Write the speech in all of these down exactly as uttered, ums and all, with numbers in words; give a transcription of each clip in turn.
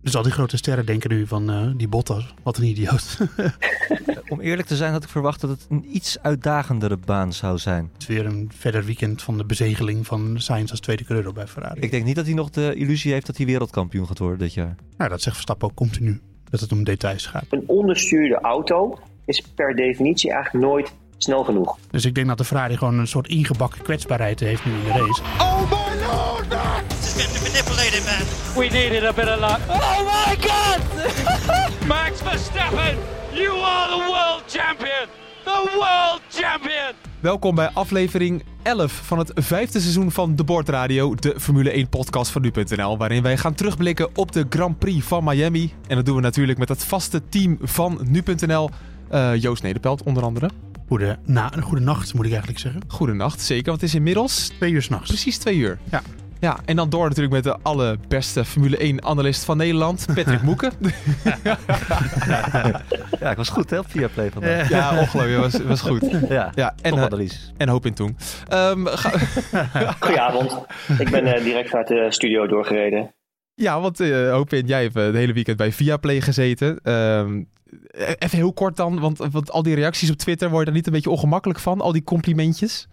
Dus al die grote sterren denken nu van uh, die Bottas, wat een idioot. Om eerlijk te zijn had ik verwacht dat het een iets uitdagendere baan zou zijn. Het is weer een verder weekend van de bezegeling van Sainz als tweede coureur bij Ferrari. Ik denk niet dat hij nog de illusie heeft dat hij wereldkampioen gaat worden dit jaar. Nou, dat zegt Verstappen ook continu, dat het om details gaat. Een onderstuurde auto is per definitie eigenlijk nooit snel genoeg. Dus ik denk dat de Ferrari gewoon een soort ingebakken kwetsbaarheid heeft nu in de race. Oh my lord! This is getting manipulated, man. We needed a bit of luck. Oh my god! Max Verstappen, you are the world champion! The world champion! Welkom bij aflevering elf van het vijfde seizoen van De Board Radio, de Formule één podcast van nu punt n l, waarin wij gaan terugblikken op de Grand Prix van Miami. En dat doen we natuurlijk met het vaste team van nu punt n l, uh, Joost Nederpelt onder andere. Goede, na, goede nacht moet ik eigenlijk zeggen. Goedenacht, zeker, want het is inmiddels... Twee uur 's nachts. Precies twee uur. Ja. Ja, en dan door natuurlijk met de allerbeste Formule één analist van Nederland, Patrick Moeken. Ja, ik was goed hè, op Viaplay vandaag. Ja, ongelooflijk, was, was goed. Ja, ja en, top uh, analyse. En hoop in toen. Um, ga... Goedenavond, ik ben uh, direct vanuit de studio doorgereden. Ja, want uh, hoop in, jij hebt uh, de hele weekend bij Viaplay gezeten. Um, even heel kort dan, want, want al die reacties op Twitter, word je er niet een beetje ongemakkelijk van? Al die complimentjes?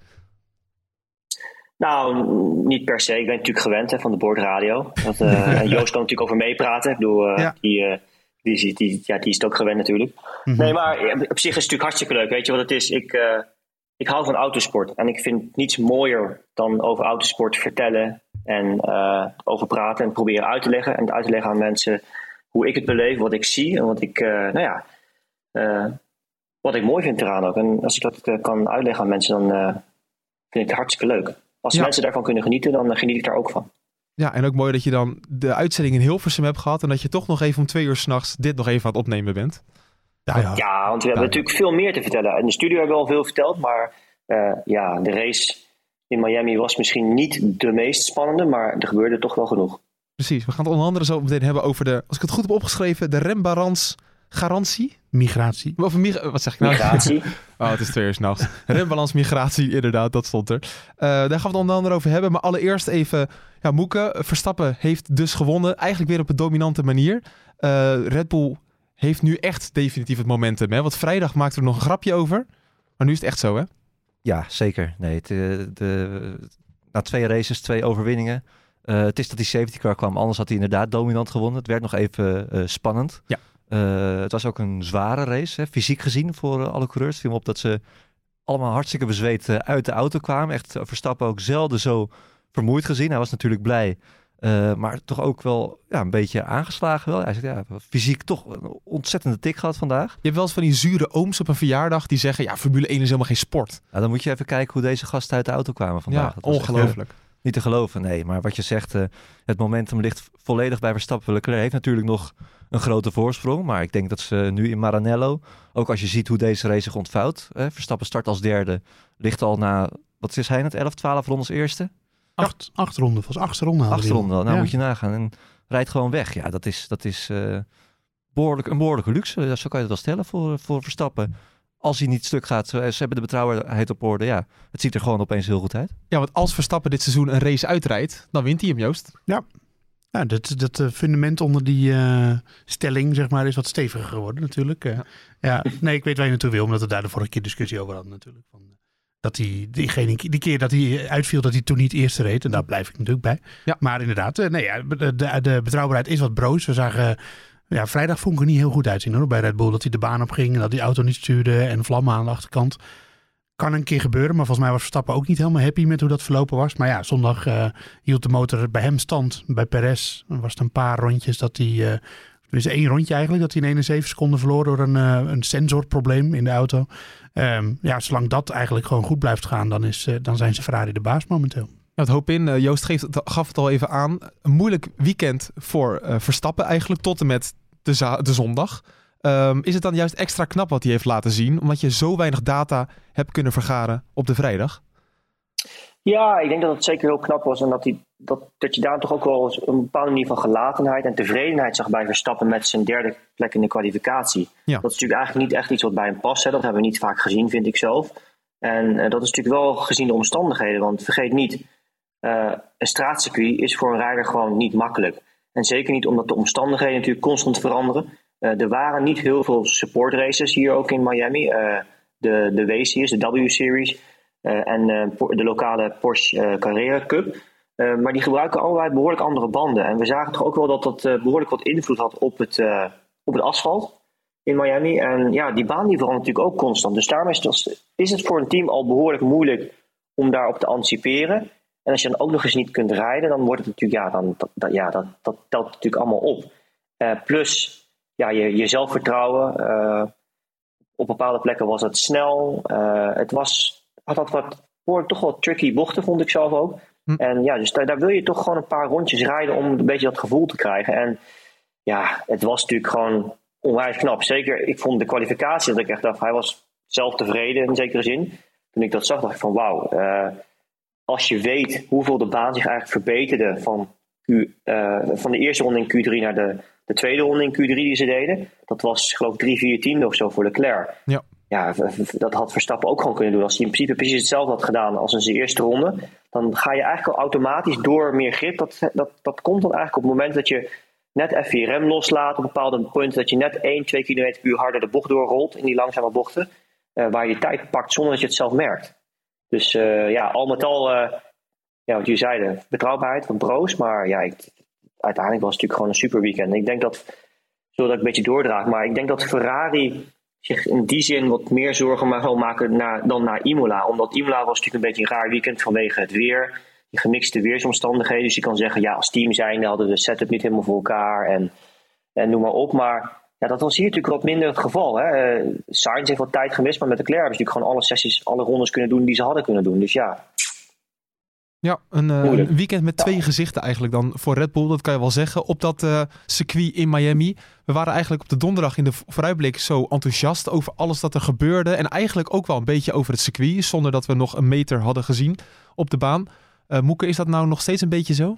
Nou, niet per se. Ik ben natuurlijk gewend hè, van de Board Radio. Dat, uh, en Joost kan natuurlijk over meepraten. Ik bedoel, uh, ja. die, uh, die, die, die, ja, die is het ook gewend natuurlijk. Mm-hmm. Nee, maar op zich is het natuurlijk hartstikke leuk. Weet je wat het is? Ik, uh, ik hou van autosport. En ik vind niets mooier dan over autosport vertellen. En uh, over praten en proberen uit te leggen. En uit te leggen aan mensen hoe ik het beleef, wat ik zie. En wat ik, uh, nou ja, uh, wat ik mooi vind eraan ook. En als ik dat uh, kan uitleggen aan mensen, dan uh, vind ik het hartstikke leuk. Als ja. mensen daarvan kunnen genieten, dan geniet ik daar ook van. Ja, en ook mooi dat je dan de uitzending in Hilversum hebt gehad en dat je toch nog even om twee uur 's nachts dit nog even aan het opnemen bent. Ja, ja. ja want we hebben ja. natuurlijk veel meer te vertellen. In de studio hebben we al veel verteld, maar uh, ja, de race in Miami was misschien niet de meest spannende, maar er gebeurde toch wel genoeg. Precies, we gaan het onder andere zo meteen hebben over de, als ik het goed heb opgeschreven, de rembalans garantie. Migratie. Of mig- wat zeg ik nou? Migratie. Oh, het is twee uur 's nachts. Rembalans migratie, inderdaad, dat stond er. Uh, daar gaan we het onder andere over hebben. Maar allereerst even, ja, Moeke, Verstappen heeft dus gewonnen. Eigenlijk weer op een dominante manier. Uh, Red Bull heeft nu echt definitief het momentum. Hè? Want vrijdag maakte er nog een grapje over. Maar nu is het echt zo, hè? Ja, zeker. Nee, het, de, de, na twee races, twee overwinningen. Uh, het is dat die safety car kwam. Anders had hij inderdaad dominant gewonnen. Het werd nog even uh, spannend. Ja. Uh, het was ook een zware race, hè, fysiek gezien voor uh, alle coureurs. Het viel me op dat ze allemaal hartstikke bezweet uh, uit de auto kwamen. Echt uh, Verstappen ook zelden zo vermoeid gezien. Hij was natuurlijk blij, uh, maar toch ook wel ja, een beetje aangeslagen wel. Hij zegt, ja, fysiek toch een ontzettende tik gehad vandaag. Je hebt wel eens van die zure ooms op een verjaardag die zeggen, ja, Formule één is helemaal geen sport. Nou, dan moet je even kijken hoe deze gasten uit de auto kwamen vandaag. Ja, ongelooflijk. Echt, uh, niet te geloven, nee. Maar wat je zegt, uh, het momentum ligt volledig bij Verstappen. Leclerc heeft natuurlijk nog een grote voorsprong. Maar ik denk dat ze nu in Maranello, ook als je ziet hoe deze race zich ontvouwt. Hè, Verstappen start als derde, ligt al na, wat is hij net, elf, twaalf rondes eerste? Acht, ja. acht ronden, was achtste ronde. Acht ronden, nou ja. Moet je nagaan. En rijdt gewoon weg. Ja, dat is, dat is uh, behoorlijk, een behoorlijke luxe. Zo kan je het wel stellen voor, voor Verstappen. Als hij niet stuk gaat, ze hebben de betrouwbaarheid op orde. Ja, het ziet er gewoon opeens heel goed uit. Ja, want als Verstappen dit seizoen een race uitrijdt, dan wint hij hem, Joost. Ja. Ja, dat, dat uh, fundament onder die uh, stelling, zeg maar, is wat steviger geworden natuurlijk. Uh, ja, nee, ik weet waar je naartoe wil, omdat we daar de vorige keer discussie over hadden natuurlijk. Van, uh, dat hij, diegene, die keer dat hij uitviel, dat hij toen niet eerste reed. En daar blijf ik natuurlijk bij. Ja. Maar inderdaad, uh, nee, ja, de, de, de betrouwbaarheid is wat broos. We zagen, uh, ja, vrijdag vond ik er niet heel goed uitzien hoor, bij Red Bull. Dat hij de baan op ging en dat die auto niet stuurde en vlammen aan de achterkant. Kan een keer gebeuren, maar volgens mij was Verstappen ook niet helemaal happy met hoe dat verlopen was. Maar ja, zondag uh, hield de motor bij hem stand. Bij Perez was het een paar rondjes dat hij... Uh, dus één rondje eigenlijk, dat hij in eenenzeventig seconden verloor door een, uh, een sensorprobleem in de auto. Um, ja, zolang dat eigenlijk gewoon goed blijft gaan, dan, is, uh, dan zijn ze Ferrari de baas momenteel. Het hoop in, uh, Joost geeft, gaf het al even aan. Een moeilijk weekend voor uh, Verstappen eigenlijk, tot en met de, za- de zondag. Um, is het dan juist extra knap wat hij heeft laten zien, omdat je zo weinig data hebt kunnen vergaren op de vrijdag? Ja, ik denk dat het zeker heel knap was en dat, die, dat, dat je daar toch ook wel een bepaalde manier van gelatenheid en tevredenheid zag bij Verstappen met zijn derde plek in de kwalificatie. Ja. Dat is natuurlijk eigenlijk niet echt iets wat bij hem past. Hè. Dat hebben we niet vaak gezien, vind ik zelf. En uh, dat is natuurlijk wel gezien de omstandigheden, want vergeet niet, uh, een straatcircuit is voor een rijder gewoon niet makkelijk. En zeker niet omdat de omstandigheden natuurlijk constant veranderen. Uh, er waren niet heel veel support races hier ook in Miami. Uh, de, de W-series, de W-series uh, en uh, de lokale Porsche uh, Carrera Cup. Uh, maar die gebruiken allebei behoorlijk andere banden. En we zagen toch ook wel dat dat uh, behoorlijk wat invloed had op het, uh, op het asfalt in Miami. En ja, die baan die verandert natuurlijk ook constant. Dus daarom is het, is het voor een team al behoorlijk moeilijk om daarop te anticiperen. En als je dan ook nog eens niet kunt rijden, dan wordt het natuurlijk, ja, dan, dat, dat, ja, dat, dat telt natuurlijk allemaal op. Uh, plus ja, je, je zelfvertrouwen. Uh, op bepaalde plekken was het snel. Uh, het was, had dat wat, hoor, toch wel tricky bochten, vond ik zelf ook. Hm. En ja, dus daar, daar wil je toch gewoon een paar rondjes rijden om een beetje dat gevoel te krijgen. En ja, het was natuurlijk gewoon onwijs knap. Zeker, ik vond de kwalificatie dat ik echt dacht, hij was zelf tevreden in zekere zin. Toen ik dat zag, dacht ik van wauw. Uh, als je weet hoeveel de baan zich eigenlijk verbeterde van, Q, uh, van de eerste ronde in Q drie naar de, de tweede ronde in Q drie die ze deden. Dat was geloof ik drie, vier tiende of zo voor Leclerc. Ja. Ja, dat had Verstappen ook gewoon kunnen doen. Als hij in principe precies hetzelfde had gedaan als in zijn eerste ronde, dan ga je eigenlijk al automatisch door meer grip. Dat, dat, dat komt dan eigenlijk op het moment dat je net even je rem loslaat op bepaalde punten, dat je net één, twee kilometer per uur harder de bocht doorrolt in die langzame bochten, uh, waar je tijd pakt zonder dat je het zelf merkt. Dus uh, ja, al met al, uh, ja, wat jullie zeiden, betrouwbaarheid van Prost, maar ja, ik, uiteindelijk was het natuurlijk gewoon een super weekend. En ik denk dat, zodat ik een beetje doordraag, maar ik denk dat Ferrari zich in die zin wat meer zorgen mag maken naar, dan naar Imola. Omdat Imola was natuurlijk een beetje een raar weekend vanwege het weer. Die gemixte weersomstandigheden. Dus je kan zeggen, ja, als team zijnde hadden we de setup niet helemaal voor elkaar. En, en noem maar op. Maar ja, dat was hier natuurlijk wat minder het geval. Hè. Uh, Sainz heeft wat tijd gemist. Maar met Leclerc hebben ze natuurlijk gewoon alle sessies, alle rondes kunnen doen die ze hadden kunnen doen. Dus ja... Ja, een, uh, een weekend met twee gezichten eigenlijk dan voor Red Bull. Dat kan je wel zeggen. Op dat uh, circuit in Miami. We waren eigenlijk op de donderdag in de vooruitblik zo enthousiast over alles dat er gebeurde. En eigenlijk ook wel een beetje over het circuit. Zonder dat we nog een meter hadden gezien op de baan. Uh, Moeke, is dat nou nog steeds een beetje zo?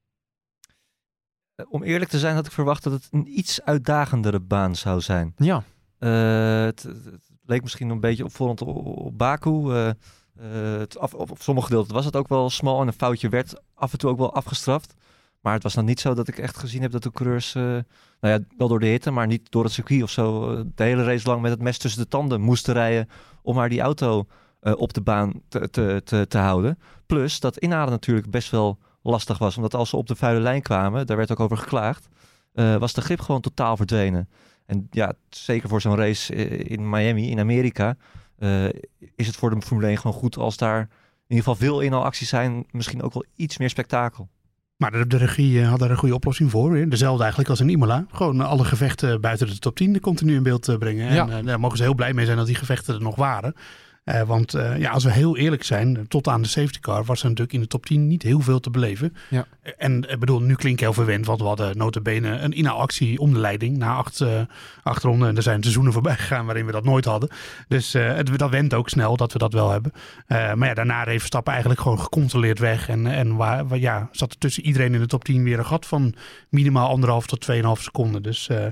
Om eerlijk te zijn had ik verwacht dat het een iets uitdagendere baan zou zijn. Ja. Uh, het, het leek misschien een beetje opvallend op, op Baku. Uh, Uh, het af, op, op sommige gedeelten was het ook wel smal en een foutje werd af en toe ook wel afgestraft. Maar het was dan niet zo dat ik echt gezien heb dat de coureurs, uh, nou ja, wel door de hitte, maar niet door het circuit of zo, uh, de hele race lang met het mes tussen de tanden moesten rijden om maar die auto uh, op de baan te, te, te, te houden. Plus dat inhalen natuurlijk best wel lastig was, omdat als ze op de vuile lijn kwamen, daar werd ook over geklaagd, uh, was de grip gewoon totaal verdwenen. En ja, zeker voor zo'n race in Miami, in Amerika, Uh, is het voor de Formule één gewoon goed als daar in ieder geval veel inhaalacties zijn. Misschien ook wel iets meer spektakel. Maar de, de regie uh, had er een goede oplossing voor. Hè? Dezelfde eigenlijk als in Imola. Gewoon uh, alle gevechten buiten de top tien continu in beeld uh, brengen. Ja. En uh, daar mogen ze heel blij mee zijn dat die gevechten er nog waren. Uh, want uh, ja, als we heel eerlijk zijn, tot aan de safety car was er natuurlijk in de top tien niet heel veel te beleven. Ja. En ik uh, bedoel, nu klinkt heel verwend, want we hadden nota bene een inhaalactie om de leiding na acht, uh, acht ronden. En er zijn seizoenen voorbij gegaan waarin we dat nooit hadden. Dus uh, het, dat went ook snel dat we dat wel hebben. Uh, maar ja, daarna heeft Verstappen eigenlijk gewoon gecontroleerd weg. En, en waar, waar, ja, zat er tussen iedereen in de top tien weer een gat van minimaal anderhalf tot tweeënhalf seconden. Dus uh,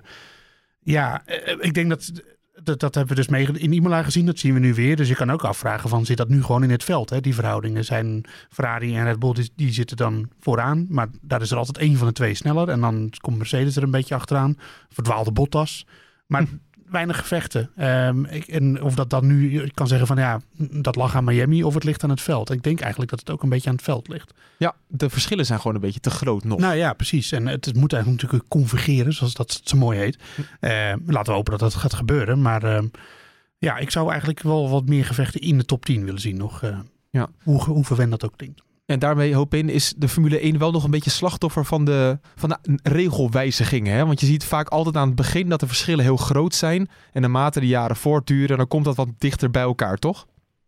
ja, uh, ik denk dat... Dat, dat hebben we dus mee in Imola gezien, dat zien we nu weer. Dus je kan ook afvragen van, zit dat nu gewoon in het veld? Hè? Die verhoudingen zijn Ferrari en Red Bull, die, die zitten dan vooraan. Maar daar is er altijd één van de twee sneller. En dan komt Mercedes er een beetje achteraan. Verdwaalde Bottas. Maar hm. weinig gevechten. Um, ik, en of dat dan nu, je kan zeggen van ja, dat lag aan Miami of het ligt aan het veld. Ik denk eigenlijk dat het ook een beetje aan het veld ligt. Ja, de verschillen zijn gewoon een beetje te groot nog. Nou ja, precies. En het, het moet eigenlijk natuurlijk convergeren, zoals dat zo mooi heet. Uh, laten we hopen dat dat gaat gebeuren. Maar uh, ja, ik zou eigenlijk wel wat meer gevechten in de top tien willen zien nog. Uh, ja. Hoe, hoe verwend dat ook klinkt. En daarmee, hoop in, is de Formule één wel nog een beetje slachtoffer van de, van de regelwijzigingen. Hè? Want je ziet vaak altijd aan het begin dat de verschillen heel groot zijn. En naarmate de jaren voortduren, dan komt dat wat dichter bij elkaar, toch?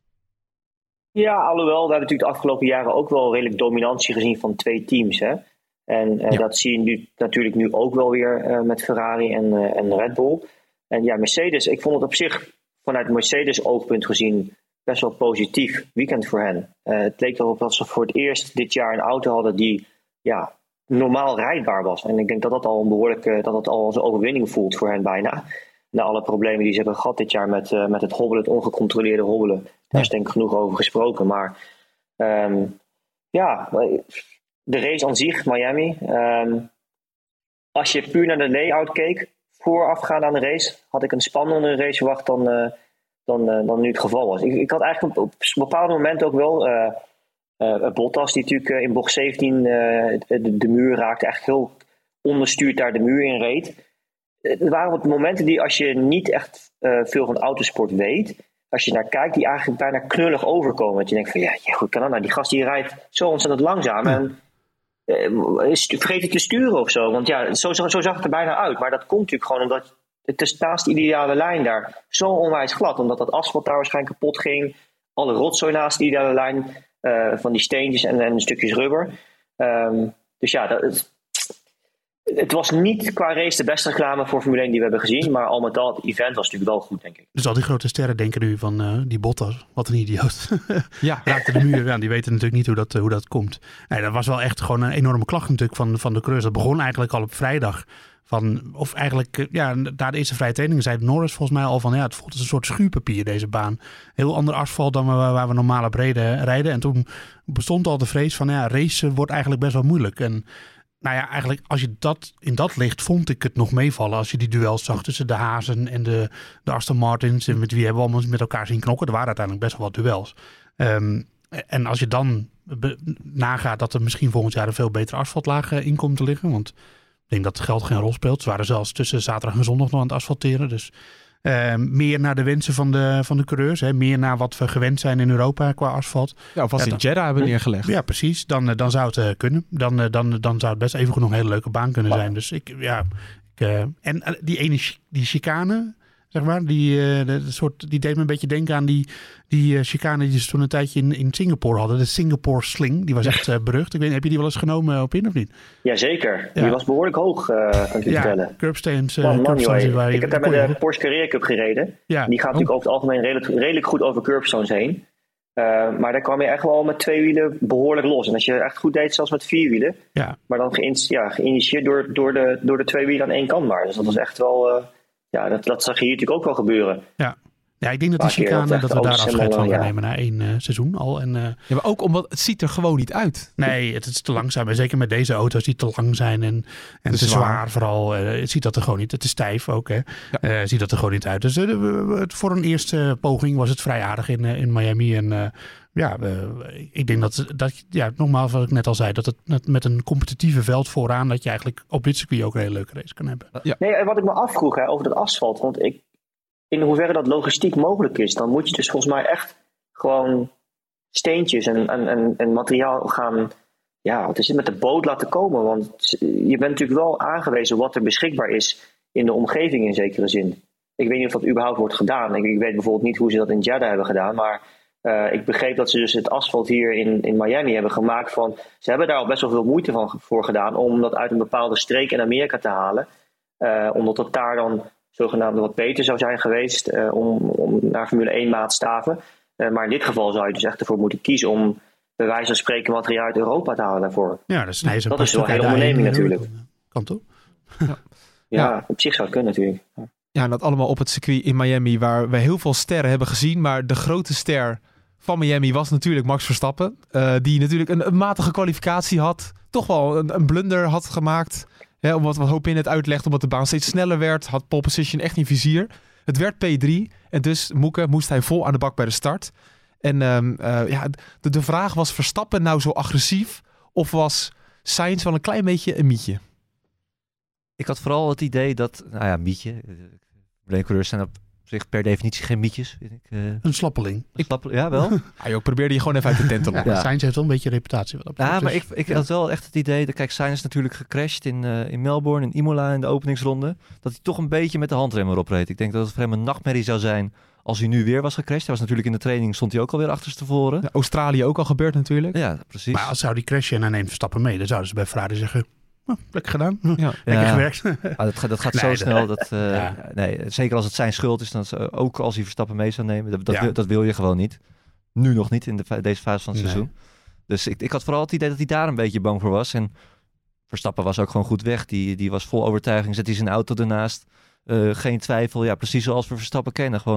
Ja, alhoewel, we hebben natuurlijk de afgelopen jaren ook wel redelijk dominantie gezien van twee teams. Hè? En uh, ja. dat zie je nu, natuurlijk nu ook wel weer uh, met Ferrari en, uh, en Red Bull. En ja, Mercedes, ik vond het op zich vanuit Mercedes oogpunt gezien best wel positief weekend voor hen. Uh, het leek erop dat ze voor het eerst dit jaar een auto hadden die ja, normaal rijdbaar was. En ik denk dat dat al een behoorlijke, dat dat al als een overwinning voelt voor hen bijna. Na alle problemen die ze hebben gehad dit jaar met, uh, met het hobbelen, het ongecontroleerde hobbelen. Daar is denk ik genoeg over gesproken. Maar um, ja, de race aan zich, Miami. Um, als je puur naar de layout keek, voorafgaand aan de race, had ik een spannendere race verwacht dan, uh, dan, uh, dan nu het geval was. Ik, ik had eigenlijk op, op bepaalde momenten ook wel uh, uh, Bottas, die natuurlijk uh, in bocht zeventien uh, de, de muur raakte, eigenlijk heel onderstuurd daar de muur in reed. Er waren wat momenten die, als je niet echt uh, veel van autosport weet, als je naar kijkt, die eigenlijk bijna knullig overkomen. Dat je denkt van, ja, ja hoe kan dat nou? Die gast die rijdt zo ontzettend langzaam en uh, vergeet het te sturen of zo. Want ja, zo, zo, zo zag het er bijna uit. Maar dat komt natuurlijk gewoon omdat het is naast de ideale lijn daar zo onwijs glad. Omdat dat asfalt daar waarschijnlijk kapot ging. Alle rotzooi naast de ideale lijn. Uh, van die steentjes en, en stukjes rubber. Um, dus ja, dat, het, het was niet qua race de beste reclame voor Formule één die we hebben gezien. Maar al met al, het event was natuurlijk wel goed, denk ik. Dus al die grote sterren denken nu van uh, die Bottas, wat een idioot. Ja. Raakte de muur aan, die weten natuurlijk niet hoe dat, uh, hoe dat komt. Nee, dat was wel echt gewoon een enorme klacht natuurlijk van, van de coureurs. Dat begon eigenlijk al op vrijdag. Van, of eigenlijk, ja, na de eerste vrije training zei Norris volgens mij al van, ja, het voelt als een soort schuurpapier deze baan. Heel ander asfalt dan waar, waar we normaal op reden, rijden. En toen bestond al de vrees van, ja, racen wordt eigenlijk best wel moeilijk. En nou ja, eigenlijk als je dat in dat licht vond ik het nog meevallen. Als je die duels zag tussen de Hazen en de, de Aston Martins. En met wie hebben we allemaal met elkaar zien knokken. Er waren uiteindelijk best wel wat duels. Um, en als je dan be- nagaat dat er misschien volgend jaar een veel betere asfaltlaag in komt te liggen. Want ik denk dat het geld geen rol speelt. Ze waren zelfs tussen zaterdag en zondag nog aan het asfalteren. Dus uh, meer naar de wensen van de, van de coureurs. Hè? Meer naar wat we gewend zijn in Europa qua asfalt. Ja, of als ja, in dan, Jeddah hebben neergelegd. Ja, precies. Dan, dan zou het uh, kunnen. Dan, uh, dan, dan zou het best even goed nog een hele leuke baan kunnen zijn. Dus ik, ja. Ik, uh, en uh, die ene die chicane, zeg maar, die, uh, de, de soort, die deed me een beetje denken aan die, die uh, chicane die ze toen een tijdje in, in Singapore hadden. De Singapore Sling. Die was echt uh, berucht. Ik weet, heb je die wel eens genomen op in of niet? Jazeker. Ja. Die was behoorlijk hoog, uh, kan ik je ja, vertellen. Curbstones. Uh, Man, man, curbstones waar je, ik heb daar met de Porsche Carrera Cup gereden. Ja. Die gaat oh. natuurlijk over het algemeen redelijk, redelijk goed over curbstones heen. Uh, maar daar kwam je echt wel met twee wielen behoorlijk los. En als je echt goed deed, zelfs met vier wielen. Ja. Maar dan geïnitieerd, ja, geïnitieerd door, door, de, door de twee wielen aan één kant maar. Dus dat was echt wel... Uh, ja, dat, dat zag je hier natuurlijk ook wel gebeuren. Ja. Ja, ik denk dat die chicane, dat, dat we daar afscheid van gaan ja. nemen na één uh, seizoen al. En, uh, ja, maar ook omdat het ziet er gewoon niet uit. Nee, het is te langzaam. En zeker met deze auto's die te lang zijn en, en te, te zwaar. zwaar vooral. Uh, het ziet dat er gewoon niet. Het is stijf ook. Hè. Ja. Uh, ziet dat er gewoon niet uit. Dus uh, voor een eerste poging was het vrij aardig in, uh, in Miami. En uh, ja, uh, ik denk dat, dat, ja, nogmaals wat ik net al zei, dat het met een competitieve veld vooraan, dat je eigenlijk op dit circuit ook een hele leuke race kan hebben. Ja. Nee, en wat ik me afvroeg hè, over dat asfalt, want ik in hoeverre dat logistiek mogelijk is, dan moet je dus volgens mij echt gewoon steentjes en, en, en, en materiaal gaan, ja, wat is het, met de boot laten komen. Want je bent natuurlijk wel aangewezen wat er beschikbaar is in de omgeving in zekere zin. Ik weet niet of dat überhaupt wordt gedaan. Ik, ik weet bijvoorbeeld niet hoe ze dat in Jeddah hebben gedaan, maar uh, ik begreep dat ze dus het asfalt hier in, in Miami hebben gemaakt van, ze hebben daar al best wel veel moeite van, voor gedaan om dat uit een bepaalde streek in Amerika te halen. Uh, omdat het daar dan zogenaamd wat beter zou zijn geweest uh, om, om naar Formule één maatstaven. Uh, maar in dit geval zou je dus echt ervoor moeten kiezen om bij wijze van spreken materiaal uit Europa te halen daarvoor. Ja, dat is, nee, dat is wel een hele onderneming natuurlijk. Kan toch? Ja. Ja, ja, op zich zou het kunnen natuurlijk. Ja. Ja, en dat allemaal op het circuit in Miami waar we heel veel sterren hebben gezien. Maar de grote ster van Miami was natuurlijk Max Verstappen. Uh, die natuurlijk een, een matige kwalificatie had. Toch wel een, een blunder had gemaakt. Ja, omdat wat Hoop in het uitlegt, omdat de baan steeds sneller werd, had pole position echt in vizier. Het werd P drie en dus Moeke moest hij vol aan de bak bij de start. En um, uh, ja, de, de vraag was Verstappen nou zo agressief of was Sainz wel een klein beetje een mietje? Ik had vooral het idee dat, nou ja, mietje. Coureurs zijn op zich per definitie geen mietjes. Vind ik, uh, een slappeling. Ik slapp, ja, wel. Ah, joh, ik probeerde je gewoon even uit de tent te lokken. Ja, Sainz heeft wel een beetje reputatie. Wat ja, maar ik, ik had wel echt het idee, dat, kijk, Sainz is natuurlijk gecrashed in, uh, in Melbourne, in Imola in de openingsronde. Dat hij toch een beetje met de handrem erop reed. Ik denk dat het voor hem een nachtmerrie zou zijn als hij nu weer was gecrashed. Hij was natuurlijk in de training, stond hij ook alweer achterstevoren. Ja, Australië ook al gebeurd natuurlijk. Ja, precies. Maar als zou die crashen en hij neemt Verstappen mee, dan zouden ze bij Ferrari zeggen, oh, lekker gedaan. Ja. Lekker ja. gewerkt. Ah, dat, dat gaat nee, zo snel. Dat, uh, ja. nee, zeker als het zijn schuld is, dan, uh, ook als hij Verstappen mee zou nemen. Dat, dat, ja. wil, dat wil je gewoon niet. Nu nog niet in de, deze fase van het nee. seizoen. Dus ik, ik had vooral het idee dat hij daar een beetje bang voor was. En Verstappen was ook gewoon goed weg. Die, die was vol overtuiging. Zet hij zijn auto ernaast. Uh, geen twijfel. Ja, precies zoals we Verstappen kennen. Gewoon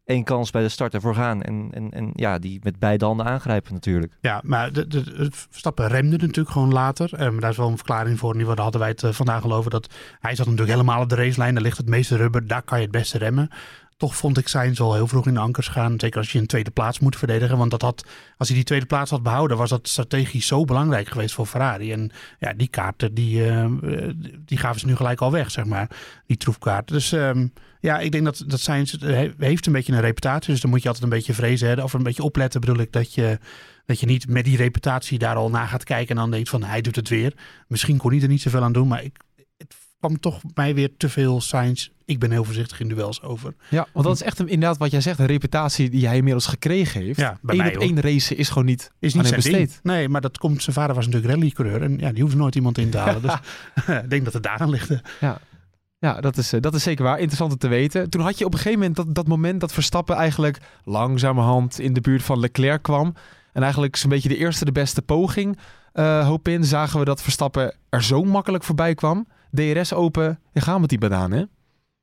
één kans bij de start ervoor gaan. En, en, en ja, die met beide handen aangrijpen natuurlijk. Ja, maar de, de, de Verstappen remde natuurlijk gewoon later. Um, daar is wel een verklaring voor. In ieder geval, daar hadden wij het uh, vandaag al over. Dat hij zat natuurlijk helemaal op de racelijn. Daar ligt het meeste rubber. Daar kan je het beste remmen. Toch vond ik Sainz al heel vroeg in de ankers gaan. Zeker als je een tweede plaats moet verdedigen. Want dat had, als hij die tweede plaats had behouden, was dat strategisch zo belangrijk geweest voor Ferrari. En ja, die kaarten, die, uh, die gaven ze nu gelijk al weg, zeg maar. Die troefkaarten. Dus um, ja, ik denk dat, dat Sainz heeft een beetje een reputatie. Dus dan moet je altijd een beetje vrezen. Hè? Of een beetje opletten bedoel ik. Dat je, dat je niet met die reputatie daar al na gaat kijken. En dan denkt van, hij doet het weer. Misschien kon hij er niet zoveel aan doen. Maar ik, het kwam toch mij weer te veel Sainz. Ik ben heel voorzichtig in duels over. Ja, want dat is echt een, inderdaad wat jij zegt. Een reputatie die hij inmiddels gekregen heeft. Ja, bij Eén mij, op één race is gewoon niet, is niet aan hem zijn besteed. Ding. Nee, maar dat komt. Zijn vader was natuurlijk rallycoureur. En ja, die hoeft nooit iemand in te halen. Ja. Dus ik denk dat het daaraan ligt. Ja. Ja, dat is, dat is zeker waar. Interessant om te weten. Toen had je op een gegeven moment dat, dat moment dat Verstappen eigenlijk langzamerhand in de buurt van Leclerc kwam. En eigenlijk zo'n beetje de eerste de beste poging uh, hoop in. Zagen we dat Verstappen er zo makkelijk voorbij kwam. D R S open en gaan met die banaan, hè?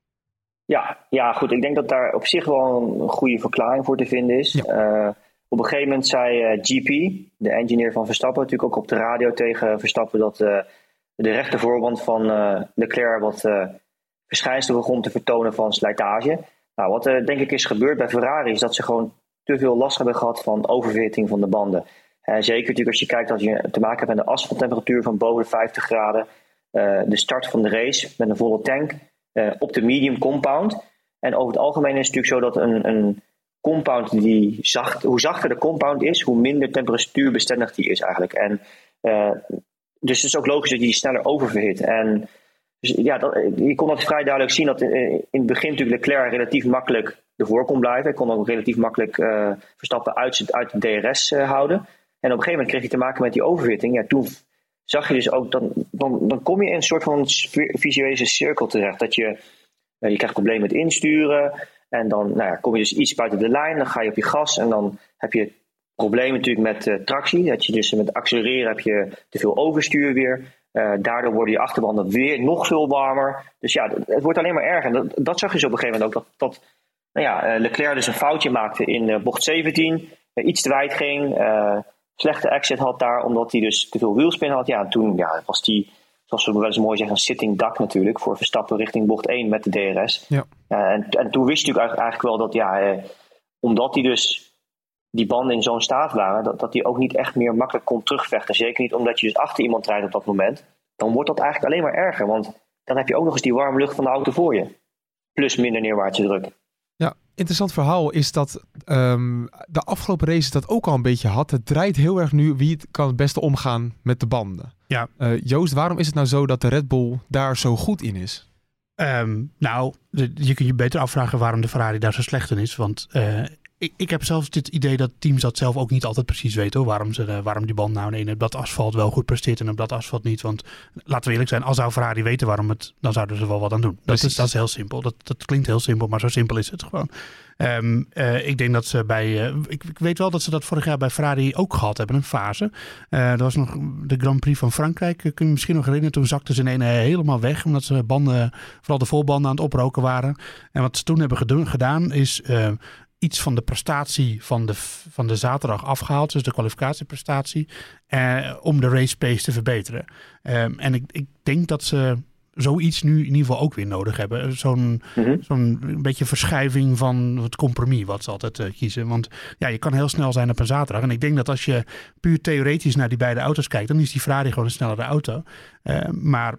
Ja, ja, goed. Ik denk dat daar op zich wel een goede verklaring voor te vinden is. Ja. Uh, op een gegeven moment zei uh, G P, de engineer van Verstappen, natuurlijk ook op de radio tegen Verstappen, dat uh, de rechter voorwand van uh, Leclerc wat uh, verschijnselen begon te vertonen van slijtage. Nou, wat uh, denk ik is gebeurd bij Ferrari is dat ze gewoon te veel last hebben gehad van oververhitting van de banden. Uh, zeker natuurlijk als je kijkt dat je te maken hebt met een asfalttemperatuur van boven de vijftig graden. Uh, de start van de race met een volle tank uh, op de medium compound. En over het algemeen is het natuurlijk zo dat een, een compound die zacht, hoe zachter de compound is, hoe minder temperatuurbestendig die is eigenlijk. En uh, dus het is ook logisch dat je die sneller oververhit. En dus, ja, dat, je kon dat vrij duidelijk zien dat in het begin natuurlijk Leclerc relatief makkelijk ervoor kon blijven. Hij kon ook relatief makkelijk uh, Verstappen uit, uit de D R S uh, houden. En op een gegeven moment kreeg hij te maken met die oververhitting. Ja, toen zag je dus ook, dan, dan, dan kom je in een soort van visuele cirkel terecht. Dat je, uh, je krijgt problemen met insturen. En dan nou ja, kom je dus iets buiten de lijn. Dan ga je op je gas. En dan heb je problemen natuurlijk met uh, tractie. Dat je dus met accelereren heb je te veel overstuur weer. Uh, daardoor worden je achterbanden weer nog veel warmer. Dus ja, het wordt alleen maar erger. En dat, dat zag je zo op een gegeven moment ook. Dat, dat nou ja, uh, Leclerc dus een foutje maakte in uh, bocht zeventien. Uh, iets te wijd ging. Uh, slechte exit had daar, omdat hij dus te veel wielspin had. Ja, en toen ja, was die, zoals we wel eens mooi zeggen, een sitting duck natuurlijk. Voor Verstappen richting bocht één met de D R S. Ja. Uh, en, en toen wist je natuurlijk eigenlijk wel dat, ja, uh, omdat hij dus die banden in zo'n staat waren, dat, dat hij ook niet echt meer makkelijk kon terugvechten. Zeker niet omdat je dus achter iemand rijdt op dat moment. Dan wordt dat eigenlijk alleen maar erger. Want dan heb je ook nog eens die warme lucht van de auto voor je. Plus minder neerwaartse druk. Ja, interessant verhaal is dat um, de afgelopen races dat ook al een beetje had. Het draait heel erg nu wie het kan het beste omgaan met de banden. Ja. Uh, Joost, waarom is het nou zo dat de Red Bull daar zo goed in is? Um, nou, de, je kunt je beter afvragen waarom de Ferrari daar zo slecht in is. Want uh, ik, ik heb zelfs dit idee dat teams dat zelf ook niet altijd precies weten. Hoor, waarom, ze, uh, waarom die band nou ineens op dat asfalt wel goed presteert en op dat asfalt niet. Want laten we eerlijk zijn, als zou Ferrari weten waarom het, dan zouden ze er wel wat aan doen. Dat is, dat is heel simpel. Dat, dat klinkt heel simpel, maar zo simpel is het gewoon. Um, uh, ik denk dat ze bij... Uh, ik, ik weet wel dat ze dat vorig jaar bij Ferrari ook gehad hebben, een fase. Uh, dat was nog de Grand Prix van Frankrijk. Kun je je misschien nog herinneren? Toen zakten ze ineens helemaal weg, omdat ze banden, vooral de voorbanden aan het oproken waren. En wat ze toen hebben gedo- gedaan is uh, iets van de prestatie van de, van de zaterdag afgehaald. Dus de kwalificatieprestatie. Uh, om de race pace te verbeteren. Um, en ik, ik denk dat ze zoiets nu in ieder geval ook weer nodig hebben. Zo'n, mm-hmm. zo'n beetje verschuiving van het compromis wat ze altijd uh, kiezen. Want ja, je kan heel snel zijn op een zaterdag. En ik denk dat als je puur theoretisch naar die beide auto's kijkt, dan is die Ferrari gewoon een snellere auto. Uh, maar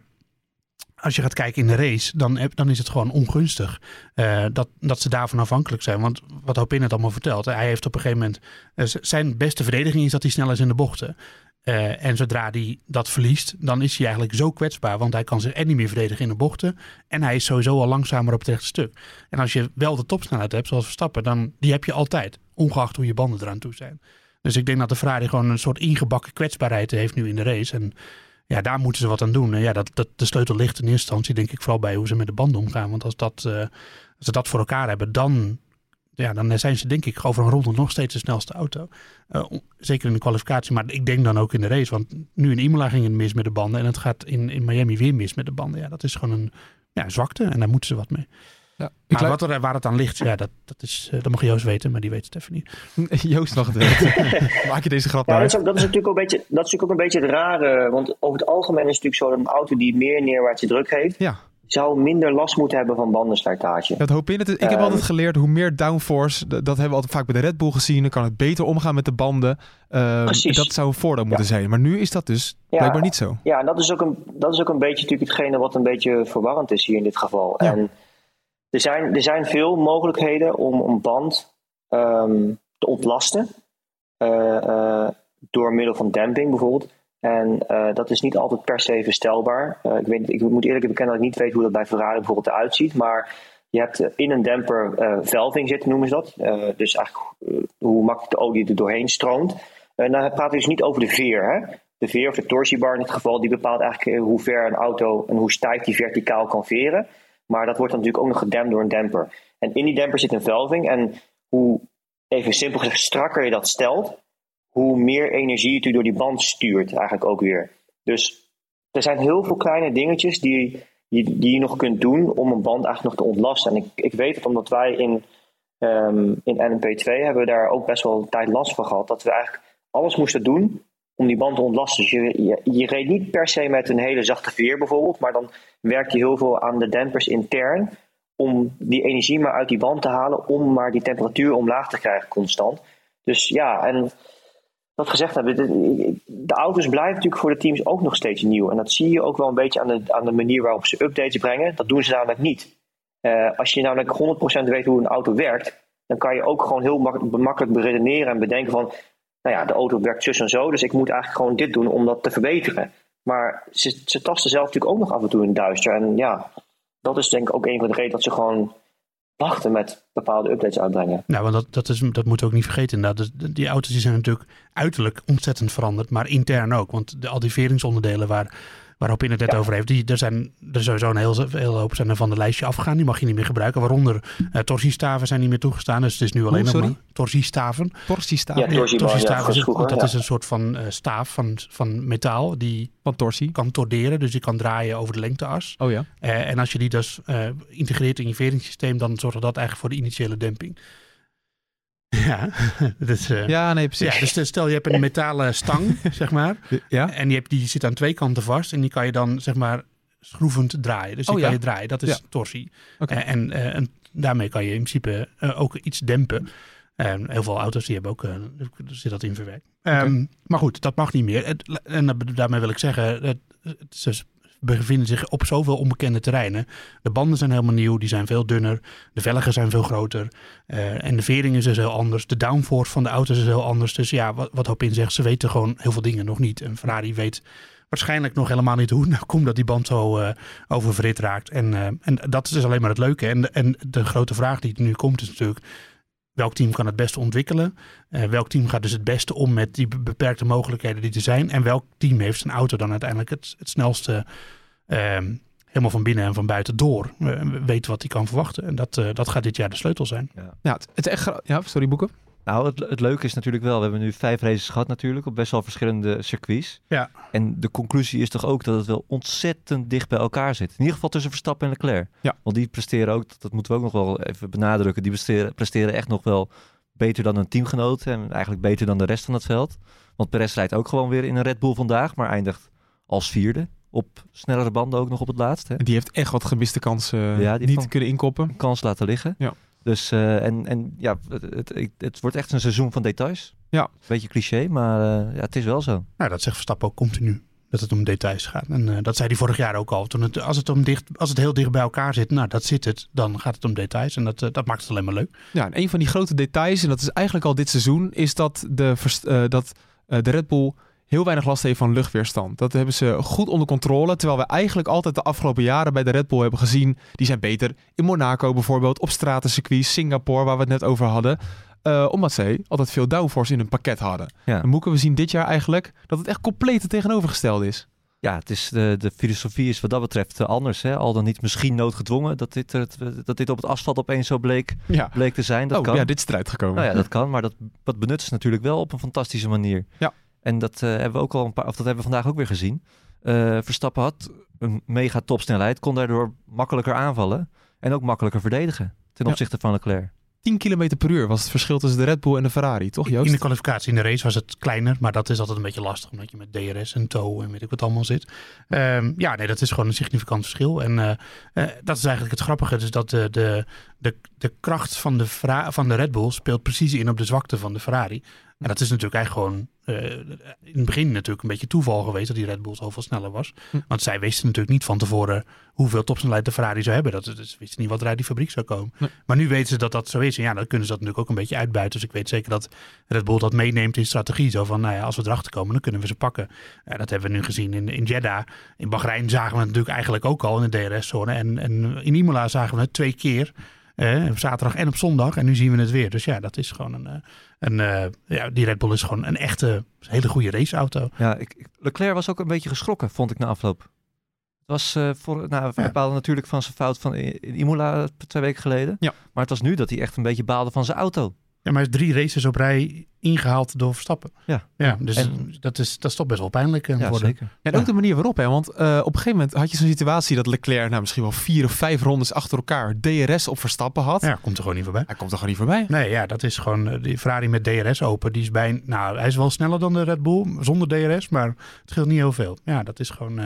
als je gaat kijken in de race, dan, dan is het gewoon ongunstig uh, dat, dat ze daarvan afhankelijk zijn. Want wat Hopin het allemaal vertelt, hij heeft op een gegeven moment uh, zijn beste verdediging is dat hij snel is in de bochten. Uh, en zodra hij dat verliest, dan is hij eigenlijk zo kwetsbaar. Want hij kan zich en niet meer verdedigen in de bochten. En hij is sowieso al langzamer op het rechte stuk. En als je wel de topsnelheid hebt, zoals Verstappen, dan die heb je altijd. Ongeacht hoe je banden eraan toe zijn. Dus ik denk dat de Ferrari gewoon een soort ingebakken kwetsbaarheid heeft nu in de race. En ja, daar moeten ze wat aan doen. En ja, dat, dat, de sleutel ligt in eerste instantie denk ik vooral bij hoe ze met de banden omgaan. Want als, dat, uh, als ze dat voor elkaar hebben, dan... Ja, dan zijn ze denk ik over een ronde nog steeds de snelste auto. Uh, zeker in de kwalificatie, maar ik denk dan ook in de race. Want nu in Imola ging het mis met de banden en het gaat in, in Miami weer mis met de banden. Ja, dat is gewoon een ja, zwakte en daar moeten ze wat mee. Ja, maar lu- wat er, waar het aan ligt, ja, dat, dat, is, uh, dat mag Joost weten, maar die weet het even niet. Joost mag het weten. Maak je deze grap ja, nou? dat, is ook, dat, is natuurlijk ook een beetje, dat is natuurlijk ook een beetje het rare. Want over het algemeen is het natuurlijk zo dat een auto die meer neerwaartse druk heeft, Ja. zou minder last moeten hebben van bandenslijtage. Dat hoop in. Ik heb Um, altijd geleerd hoe meer downforce, dat hebben we altijd vaak bij de Red Bull gezien, dan kan het beter omgaan met de banden. Uh, Precies. Dat zou een voordeel moeten Ja. zijn. Maar nu is dat dus Ja. blijkbaar niet zo. Ja, en dat is, ook een, dat is ook een beetje natuurlijk hetgene wat een beetje verwarrend is hier in dit geval. Ja. En er zijn, er zijn veel mogelijkheden om een band um, te ontlasten. Uh, uh, door middel van damping bijvoorbeeld. En uh, dat is niet altijd per se verstelbaar. Uh, ik, weet, ik moet eerlijk bekennen dat ik niet weet hoe dat bij Ferrari bijvoorbeeld eruit ziet. Maar je hebt in een demper uh, velving zitten, noemen ze dat. Uh, dus eigenlijk uh, hoe makkelijk de olie er doorheen stroomt. En dan praten we dus niet over de veer. Hè? De veer of de torsiobar in dit geval, die bepaalt eigenlijk hoe ver een auto en hoe stijf die verticaal kan veren. Maar dat wordt dan natuurlijk ook nog gedempt door een demper. En in die demper zit een velving. En hoe, even simpel gezegd, strakker je dat stelt, hoe meer energie je door die band stuurt eigenlijk ook weer. Dus er zijn heel veel kleine dingetjes die, die, die je nog kunt doen om een band eigenlijk nog te ontlasten. En ik, ik weet het omdat wij in, um, in N M P twee hebben we daar ook best wel een tijd last van gehad. Dat we eigenlijk alles moesten doen om die band te ontlasten. Dus je, je, je reed niet per se met een hele zachte veer bijvoorbeeld, maar dan werk je heel veel aan de dempers intern om die energie maar uit die band te halen, om maar die temperatuur omlaag te krijgen constant. Dus ja, en dat gezegd hebben, de, de auto's blijven natuurlijk voor de teams ook nog steeds nieuw. En dat zie je ook wel een beetje aan de, aan de manier waarop ze updates brengen. Dat doen ze namelijk niet. Uh, als je namelijk honderd procent weet hoe een auto werkt, dan kan je ook gewoon heel mak- makkelijk beredeneren en bedenken van, nou ja, de auto werkt zus en zo, dus ik moet eigenlijk gewoon dit doen om dat te verbeteren. Maar ze, ze tasten zelf natuurlijk ook nog af en toe in het duister. En ja, dat is denk ik ook een van de redenen dat ze gewoon wachten met bepaalde updates uitbrengen. Nou, want dat, dat, is, dat moeten we ook niet vergeten inderdaad. Dus die auto's die zijn natuurlijk uiterlijk ontzettend veranderd, maar intern ook. Want de, al die veringsonderdelen waar, waarop in het net ja. over heeft, die, er zijn er sowieso een heel, heel hoop zijn er van de lijstje afgegaan. Die mag je niet meer gebruiken. Waaronder uh, torsiestaven zijn niet meer toegestaan. Dus het is nu alleen nog maar torsiestaven. Torsiestaven? Ja, torsiestaven. Ja, torsiestaven ja, is, vroeger, dat ja. is een soort van uh, staaf van, van metaal die van torsie kan torderen. Dus die kan draaien over de lengteas. Oh ja. Uh, en als je die dus uh, integreert in je veringssysteem, dan zorgt dat eigenlijk voor de initiële demping. Ja, dus, uh, ja, nee, precies. Ja, dus stel je hebt een metalen stang, zeg maar. Ja? En die, hebt, die zit aan twee kanten vast. En die kan je dan, zeg maar, schroevend draaien. Dus die oh, kan ja? je draaien. Dat is ja. torsie. Okay. Uh, en, uh, en daarmee kan je in principe uh, ook iets dempen. Uh, heel veel auto's die hebben ook, uh, zit dat in verwerkt. Um, okay. Maar goed, dat mag niet meer. Het, en daarmee wil ik zeggen, het, het, ze bevinden zich op zoveel onbekende terreinen. De banden zijn helemaal nieuw, die zijn veel dunner. De velgen zijn veel groter. Uh, en de vering is dus heel anders. De downforce van de auto's is heel anders. Dus ja, wat, wat Hopin zegt, ze weten gewoon heel veel dingen nog niet. En Ferrari weet waarschijnlijk nog helemaal niet hoe het nou komt dat die band zo uh, oververhit raakt. En, uh, en dat is dus alleen maar het leuke. En, en de grote vraag die nu komt is natuurlijk, welk team kan het beste ontwikkelen? Uh, welk team gaat dus het beste om met die beperkte mogelijkheden die er zijn? En welk team heeft zijn auto dan uiteindelijk het, het snelste uh, helemaal van binnen en van buiten door? Uh, weet wat hij kan verwachten. En dat, uh, dat gaat dit jaar de sleutel zijn. Ja, ja het, het is echt... Ja, sorry Boeken. Nou, het, het leuke is natuurlijk wel, we hebben nu vijf races gehad natuurlijk, op best wel verschillende circuits. Ja. En de conclusie is toch ook dat het wel ontzettend dicht bij elkaar zit. In ieder geval tussen Verstappen en Leclerc. Ja. Want die presteren ook, dat moeten we ook nog wel even benadrukken, die presteren, presteren echt nog wel beter dan hun teamgenoot en eigenlijk beter dan de rest van het veld. Want Perez rijdt ook gewoon weer in een Red Bull vandaag, maar eindigt als vierde. Op snellere banden ook nog op het laatste. En die heeft echt wat gemiste kansen uh, ja, niet kunnen inkoppen. Kans laten liggen. Ja. Dus uh, en, en ja, het, het, het wordt echt een seizoen van details. Ja. Beetje cliché, maar uh, ja, het is wel zo. Nou, dat zegt Verstappen ook continu. Dat het om details gaat. En uh, dat zei hij vorig jaar ook al. Toen het, als, het om dicht, als het heel dicht bij elkaar zit, nou dat zit het. Dan gaat het om details. En dat, uh, dat maakt het alleen maar leuk. Ja, en een van die grote details, en dat is eigenlijk al dit seizoen, is dat de, uh, dat, uh, de Red Bull heel weinig last heeft van luchtweerstand. Dat hebben ze goed onder controle. Terwijl we eigenlijk altijd de afgelopen jaren bij de Red Bull hebben gezien, die zijn beter in Monaco bijvoorbeeld, op stratencircuits, Singapore, waar we het net over hadden. Uh, omdat zij altijd veel downforce in hun pakket hadden. Ja. En Moeke, we zien dit jaar eigenlijk dat het echt compleet het tegenovergestelde is. Ja, het is de, de filosofie is wat dat betreft anders. Hè? Al dan niet misschien noodgedwongen dat dit, het, dat dit op het asfalt opeens zo bleek, ja. bleek te zijn. Dat oh kan. ja, dit is eruit gekomen. Nou ja, dat kan, maar dat, dat benutten ze natuurlijk wel op een fantastische manier. Ja. En dat uh, hebben we ook al een paar, of dat hebben we vandaag ook weer gezien. Uh, Verstappen had een mega topsnelheid, kon daardoor makkelijker aanvallen. En ook makkelijker verdedigen ten Ja. opzichte van Leclerc. tien kilometer per uur was het verschil tussen de Red Bull en de Ferrari, toch Joost? In de kwalificatie, in de race was het kleiner, maar dat is altijd een beetje lastig, omdat je met D R S en tow en weet ik wat allemaal zit. Um, ja, nee, dat is gewoon een significant verschil. En uh, uh, dat is eigenlijk het grappige, dus dat de, de, de, de kracht van de, Fra- van de Red Bull speelt precies in op de zwakte van de Ferrari. En dat is natuurlijk eigenlijk gewoon uh, in het begin natuurlijk een beetje toeval geweest dat die Red Bull zoveel sneller was. Hm. Want zij wisten natuurlijk niet van tevoren hoeveel topsnelheid de Ferrari zou hebben. Dat, dus wisten niet wat er uit die fabriek zou komen. Nee. Maar nu weten ze dat dat zo is. En ja, dan kunnen ze dat natuurlijk ook een beetje uitbuiten. Dus ik weet zeker dat Red Bull dat meeneemt in strategie. Zo van, nou ja, als we erachter komen, dan kunnen we ze pakken. Ja, dat hebben we nu gezien in, in Jeddah. In Bahrein zagen we het natuurlijk eigenlijk ook al in de D R S-zone. En, en in Imola zagen we het twee keer. Uh, op zaterdag en op zondag. En nu zien we het weer. Dus ja, dat is gewoon een... een uh, ja, die Red Bull is gewoon een echte, hele goede raceauto. Ja, ik, Leclerc was ook een beetje geschrokken, vond ik na afloop. Het was uh, voor, nou, hij ja. baalde natuurlijk van zijn fout van in Imola twee weken geleden. Ja. Maar het was nu dat hij echt een beetje baalde van zijn auto. Ja, maar hij is drie races op rij ingehaald door Verstappen. Ja, ja dus en, dat, is, dat is toch best wel pijnlijk. Uh, ja, zeker. Ja, en ook de manier waarop. Hè? Want uh, op een gegeven moment had je zo'n situatie dat Leclerc nou, misschien wel vier of vijf rondes achter elkaar D R S op Verstappen had. Ja, komt er gewoon niet voorbij. Hij komt er gewoon niet voorbij. Nee, ja, dat is gewoon die Ferrari met D R S open. Die is bij, nou, hij is wel sneller dan de Red Bull zonder D R S, maar het scheelt niet heel veel. Ja, dat is gewoon... Uh,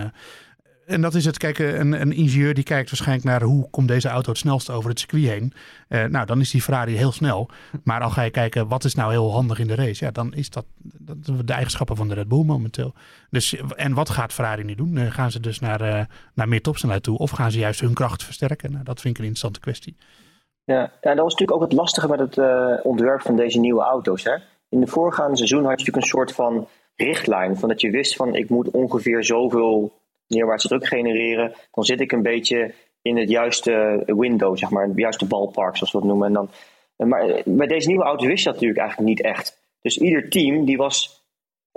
En dat is het, kijk, een, een ingenieur die kijkt waarschijnlijk naar hoe komt deze auto het snelst over het circuit heen. Uh, nou, dan is die Ferrari heel snel. Maar al ga je kijken, wat is nou heel handig in de race? Ja, dan is dat, dat de eigenschappen van de Red Bull momenteel. Dus, en wat gaat Ferrari nu doen? Uh, gaan ze dus naar, uh, naar meer topsnelheid toe? Of gaan ze juist hun kracht versterken? Nou, dat vind ik een interessante kwestie. Ja, ja, dat was natuurlijk ook het lastige met het uh, ontwerp van deze nieuwe auto's. Hè? In de voorgaande seizoen had je natuurlijk een soort van richtlijn. Van dat je wist van, ik moet ongeveer zoveel neerwaartse druk genereren, dan zit ik een beetje in het juiste window, zeg maar, het juiste ballpark, zoals we het noemen. En dan, maar bij deze nieuwe auto wist je dat natuurlijk eigenlijk niet echt. Dus ieder team, die was...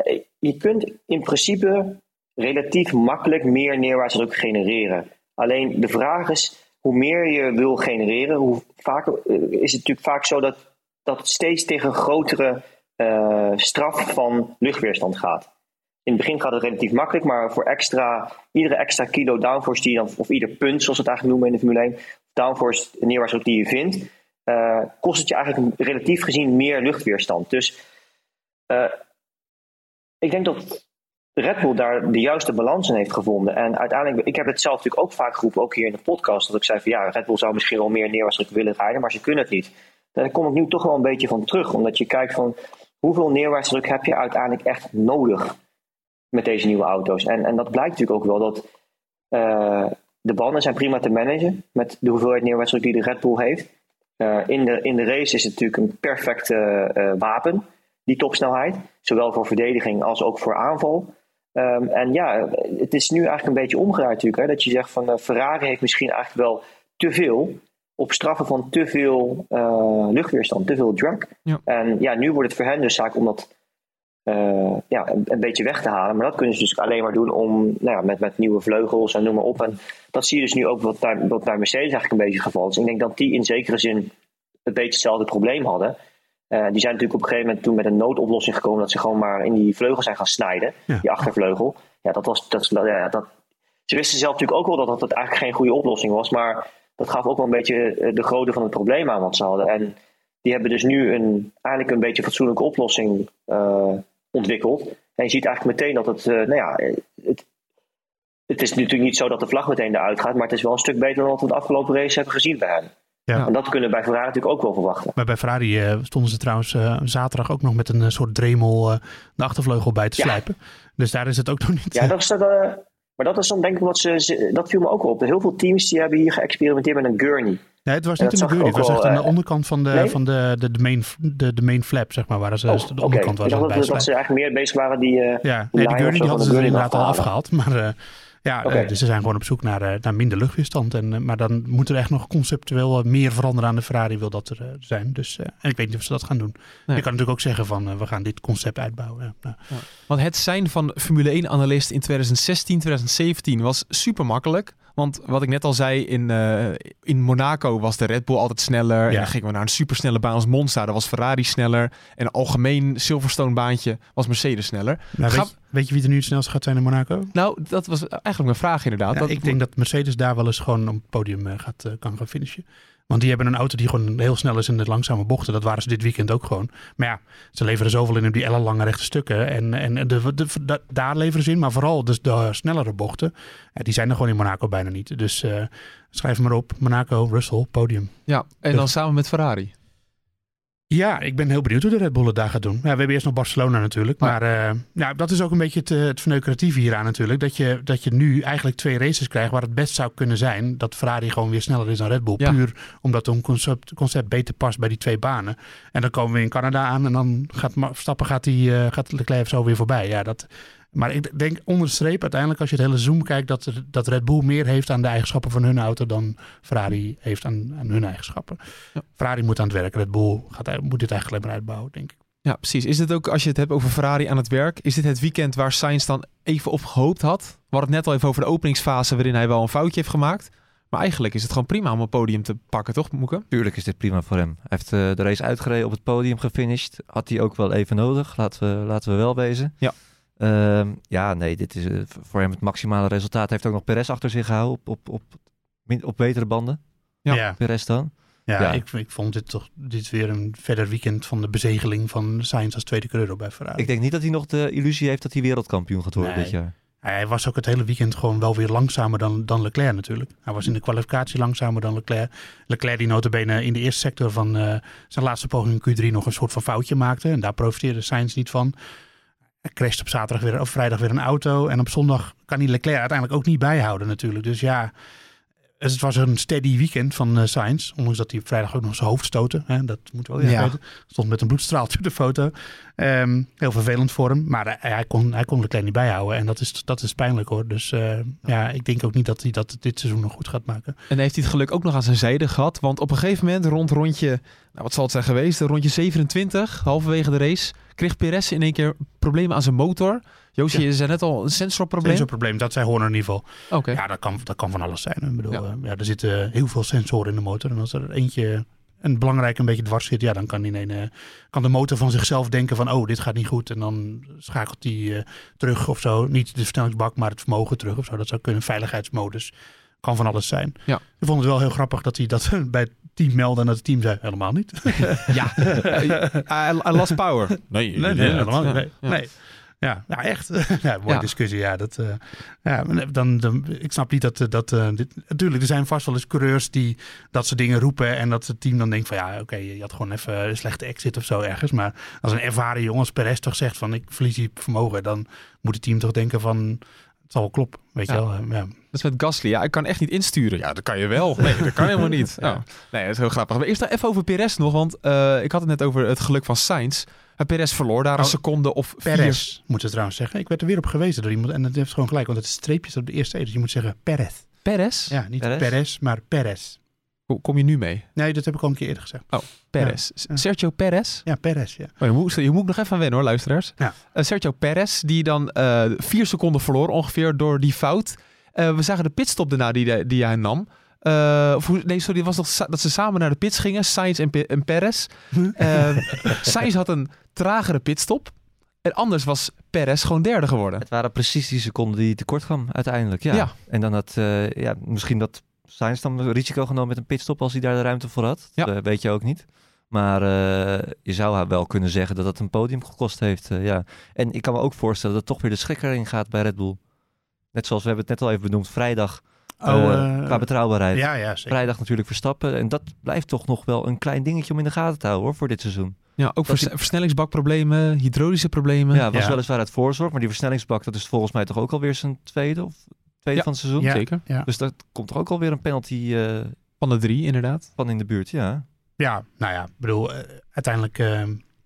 Je kunt in principe relatief makkelijk meer neerwaartse druk genereren. Alleen de vraag is, hoe meer je wil genereren, hoe vaker is het natuurlijk vaak zo dat, dat het steeds tegen een grotere uh, straf van luchtweerstand gaat. In het begin gaat het relatief makkelijk, maar voor extra, iedere extra kilo downforce die je dan, of ieder punt, zoals we het eigenlijk noemen in de Formule één, downforce, neerwaarts die je vindt, uh, kost het je eigenlijk relatief gezien meer luchtweerstand. Dus uh, ik denk dat Red Bull daar de juiste balans in heeft gevonden. En uiteindelijk, ik heb het zelf natuurlijk ook vaak geroepen, ook hier in de podcast, dat ik zei van ja, Red Bull zou misschien wel meer neerwaarts willen rijden, maar ze kunnen het niet. Daar kom ik nu toch wel een beetje van terug, omdat je kijkt van hoeveel neerwaarts druk heb je uiteindelijk echt nodig met deze nieuwe auto's. En, en dat blijkt natuurlijk ook wel dat uh, de banden zijn prima te managen met de hoeveelheid neerwaartsdruk die de Red Bull heeft. Uh, in, de, in de race is het natuurlijk een perfecte uh, wapen, die topsnelheid. Zowel voor verdediging als ook voor aanval. Um, en ja, het is nu eigenlijk een beetje omgedraaid natuurlijk. Hè, dat je zegt van uh, Ferrari heeft misschien eigenlijk wel te veel op straffen van te veel uh, luchtweerstand, te veel drag. Ja. En ja, nu wordt het voor hen dus zaak om dat Uh, ja, een, een beetje weg te halen. Maar dat kunnen ze dus alleen maar doen om, nou ja, met, met nieuwe vleugels en noem maar op. En dat zie je dus nu ook wat bij, wat bij Mercedes eigenlijk een beetje geval is. Ik denk dat die in zekere zin een beetje hetzelfde probleem hadden. Uh, die zijn natuurlijk op een gegeven moment toen met een noodoplossing gekomen dat ze gewoon maar in die vleugel zijn gaan snijden. Ja. Die achtervleugel. Ja, dat was, dat, ja, dat, ze wisten zelf natuurlijk ook wel dat dat eigenlijk geen goede oplossing was. Maar dat gaf ook wel een beetje de grootte van het probleem aan wat ze hadden. En die hebben dus nu een, eigenlijk een beetje een fatsoenlijke oplossing uh, ontwikkeld. En je ziet eigenlijk meteen dat het, uh, nou ja, het, het is natuurlijk niet zo dat de vlag meteen eruit gaat, maar het is wel een stuk beter dan wat we de afgelopen race hebben gezien bij hen. Ja. En dat kunnen we bij Ferrari natuurlijk ook wel verwachten. Maar bij Ferrari uh, stonden ze trouwens uh, zaterdag ook nog met een uh, soort dremel uh, de achtervleugel bij te ja. slijpen. Dus daar is het ook nog niet. Ja, dat is dat, uh, maar dat is dan denk ik wat ze, ze, dat viel me ook op. Heel veel teams die hebben hier geëxperimenteerd met een gurney. Nee, het was niet een gurney. Het was echt aan de onderkant van de, nee? van de, de, de, main, de, de main flap, zeg maar. Waar ze, oh, de onderkant okay. was. Ik dacht dat, dat ze eigenlijk meer bezig waren die... Uh, ja, nee, die gurney die hadden ze inderdaad al afgehaald. Maar uh, ja, okay. uh, dus ze zijn gewoon op zoek naar, uh, naar minder luchtweerstand. En, uh, maar dan moet er echt nog conceptueel uh, meer veranderen aan de Ferrari, wil dat er uh, zijn. Dus, uh, en ik weet niet of ze dat gaan doen. Nee. Je kan natuurlijk ook zeggen van, uh, we gaan dit concept uitbouwen. Ja. Nou. Ja. Want het zijn van Formule één-analyst in twintig zestien, twintig zeventien was super makkelijk. Want wat ik net al zei, in, uh, in Monaco was de Red Bull altijd sneller. Ja. En dan gingen we naar een supersnelle baan als Monza. Daar was Ferrari sneller. En een algemeen Silverstone baantje was Mercedes sneller. Nou, Ga... weet, Weet je wie er nu het snelste gaat zijn in Monaco? Nou, dat was eigenlijk mijn vraag inderdaad. Ja, dat... Ik denk dat Mercedes daar wel eens gewoon op het podium uh, gaat, uh, kan gaan finishen. Want die hebben een auto die gewoon heel snel is in de langzame bochten. Dat waren ze dit weekend ook gewoon. Maar ja, ze leveren zoveel in op die ellenlange rechte stukken. En, en de, de, de, de, daar leveren ze in. Maar vooral dus de snellere bochten. Ja, die zijn er gewoon in Monaco bijna niet. Dus uh, schrijf maar op. Monaco, Russell, podium. Ja, en dan samen met Ferrari. Ja, ik ben heel benieuwd hoe de Red Bull het daar gaat doen. Ja, we hebben eerst nog Barcelona natuurlijk. Maar uh, ja, dat is ook een beetje het, het verneukeratieve hieraan natuurlijk. Dat je, dat je nu eigenlijk twee races krijgt waar het best zou kunnen zijn dat Ferrari gewoon weer sneller is dan Red Bull. Ja. Puur omdat hun concept, concept beter past bij die twee banen. En dan komen we in Canada aan en dan gaat Verstappen gaat, die, uh, gaat Leclerc zo weer voorbij. Ja, dat... Maar ik denk onder de streep uiteindelijk als je het hele zoom kijkt dat, dat Red Bull meer heeft aan de eigenschappen van hun auto dan Ferrari heeft aan, aan hun eigenschappen. Ja. Ferrari moet aan het werk. Red Bull gaat, moet dit eigenlijk alleen maar uitbouwen, denk ik. Ja, precies. Is dit ook, als je het hebt over Ferrari aan het werk, is dit het weekend waar Sainz dan even op gehoopt had? We hadden het net al even over de openingsfase waarin hij wel een foutje heeft gemaakt. Maar eigenlijk is het gewoon prima om een podium te pakken, toch, Moeke? Tuurlijk is dit prima voor hem. Hij heeft uh, de race uitgereden, op het podium gefinished. Had hij ook wel even nodig, laten we, laten we wel wezen. Ja. Uh, ja, nee, dit is uh, voor hem het maximale resultaat. Hij heeft ook nog Perez achter zich gehouden op, op, op, op, op betere banden. Ja. ja. Perez dan. Ja, ja. Ik, ik vond dit toch dit weer een verder weekend van de bezegeling van Sainz als tweede coureur bij Ferrari. Ik denk niet dat hij nog de illusie heeft dat hij wereldkampioen gaat worden nee. dit jaar. Hij was ook het hele weekend gewoon wel weer langzamer dan, dan Leclerc natuurlijk. Hij was in de kwalificatie langzamer dan Leclerc. Leclerc die nota bene in de eerste sector van uh, zijn laatste poging in Q drie nog een soort van foutje maakte. En daar profiteerde Sainz niet van. Hij crasht op zaterdag weer, of vrijdag weer een auto. En op zondag kan hij Leclerc uiteindelijk ook niet bijhouden natuurlijk. Dus ja, het was een steady weekend van uh, Sainz. Ondanks dat hij op vrijdag ook nog zijn hoofd stootte. Hè? Dat moeten we ook niet weten. Stond met een bloedstraaltje op de foto. Um, heel vervelend voor hem. Maar hij, hij, kon, hij kon Leclerc niet bijhouden. En dat is, dat is pijnlijk hoor. Dus uh, ja. ja, ik denk ook niet dat hij dat dit seizoen nog goed gaat maken. En heeft hij het geluk ook nog aan zijn zijde gehad. Want op een gegeven moment rond rondje, nou wat zal het zijn geweest? Rondje zevenentwintig, halverwege de race, kreeg Perez in één keer problemen aan zijn motor. Joosje, ja. je zei net al een sensorprobleem. Sensorprobleem, dat zei Horner in ieder geval. Okay. Ja, dat kan, dat kan van alles zijn. Ik bedoel, ja. Uh, ja, er zitten heel veel sensoren in de motor. En als er eentje een belangrijk een beetje dwars zit, ja, dan kan, die een, uh, kan de motor van zichzelf denken van, oh, dit gaat niet goed. En dan schakelt die uh, terug of zo. Niet de versnellingsbak, maar het vermogen terug of zo. Dat zou kunnen, veiligheidsmodus. Kan van alles zijn. Ja. Ik vond het wel heel grappig dat hij dat bij het team meldde en dat het team zei, helemaal niet. ja, I, I lost power. Nee, nee, nee, helemaal niet. Nee. Ja. nee. Ja, nou echt. ja, mooie ja. discussie. Ja, dat, uh, ja, dan, dan, ik snap niet dat... dat uh, dit, natuurlijk, er zijn vast wel eens coureurs die dat soort dingen roepen en dat het team dan denkt van ja, oké, okay, je had gewoon even een slechte exit of zo ergens. Maar als een ervaren jongen als Perez toch zegt van ik verlies die vermogen, dan moet het team toch denken van het zal wel kloppen, weet ja. je wel. Ja. Dat is met Gasly. Ja, ik kan echt niet insturen. Ja, dat kan je wel. Nee, dat kan helemaal niet. Ja. Oh. Nee, dat is heel grappig. Maar eerst even over Perez nog, want uh, ik had het net over het geluk van Sainz. Perez verloor daar een oh, seconde of vier. Perez, moeten we trouwens zeggen. Ik werd er weer op gewezen door iemand. En dat heeft gewoon gelijk, want het streepjes op de eerste E. Dus je moet zeggen Perez. Perez? Ja, niet Perez, Perez maar Perez. Kom je nu mee? Nee, dat heb ik al een keer eerder gezegd. Oh, Perez. Ja. Sergio Perez? Ja, Perez, ja. Oh, je, moet, je moet nog even aan wennen hoor, luisteraars. Ja. Uh, Sergio Perez, die dan uh, vier seconden verloor ongeveer door die fout. Uh, we zagen de pitstop daarna die, die hij nam. Uh, of, nee, sorry, het was nog dat ze samen naar de pits gingen, Sainz en, P- en Perez. Uh, Sainz had een tragere pitstop. En anders was Perez gewoon derde geworden. Het waren precies die seconden die tekort kwam uiteindelijk. Ja. ja. En dan had uh, ja, misschien dat Sainz dan een risico genomen met een pitstop als hij daar de ruimte voor had. Ja. Dat uh, weet je ook niet. Maar uh, je zou wel kunnen zeggen dat het een podium gekost heeft. Uh, ja. En ik kan me ook voorstellen dat toch weer de schrik erin gaat bij Red Bull. Net zoals we hebben het net al even benoemd, vrijdag. Oh, uh, qua betrouwbaarheid. Ja, ja, zeker. Vrijdag natuurlijk Verstappen. En dat blijft toch nog wel een klein dingetje om in de gaten te houden hoor, voor dit seizoen. Ja, ook vers- die... versnellingsbakproblemen, hydraulische problemen. Ja, was ja. weliswaar uit voorzorg. Maar die versnellingsbak, dat is volgens mij toch ook alweer zijn tweede of tweede ja. van het seizoen. Ja, zeker. Ja. Dus dat komt toch ook alweer een penalty uh, van de drie, inderdaad. Van in de buurt, ja. Ja, nou ja, ik bedoel, uh, uiteindelijk... Uh,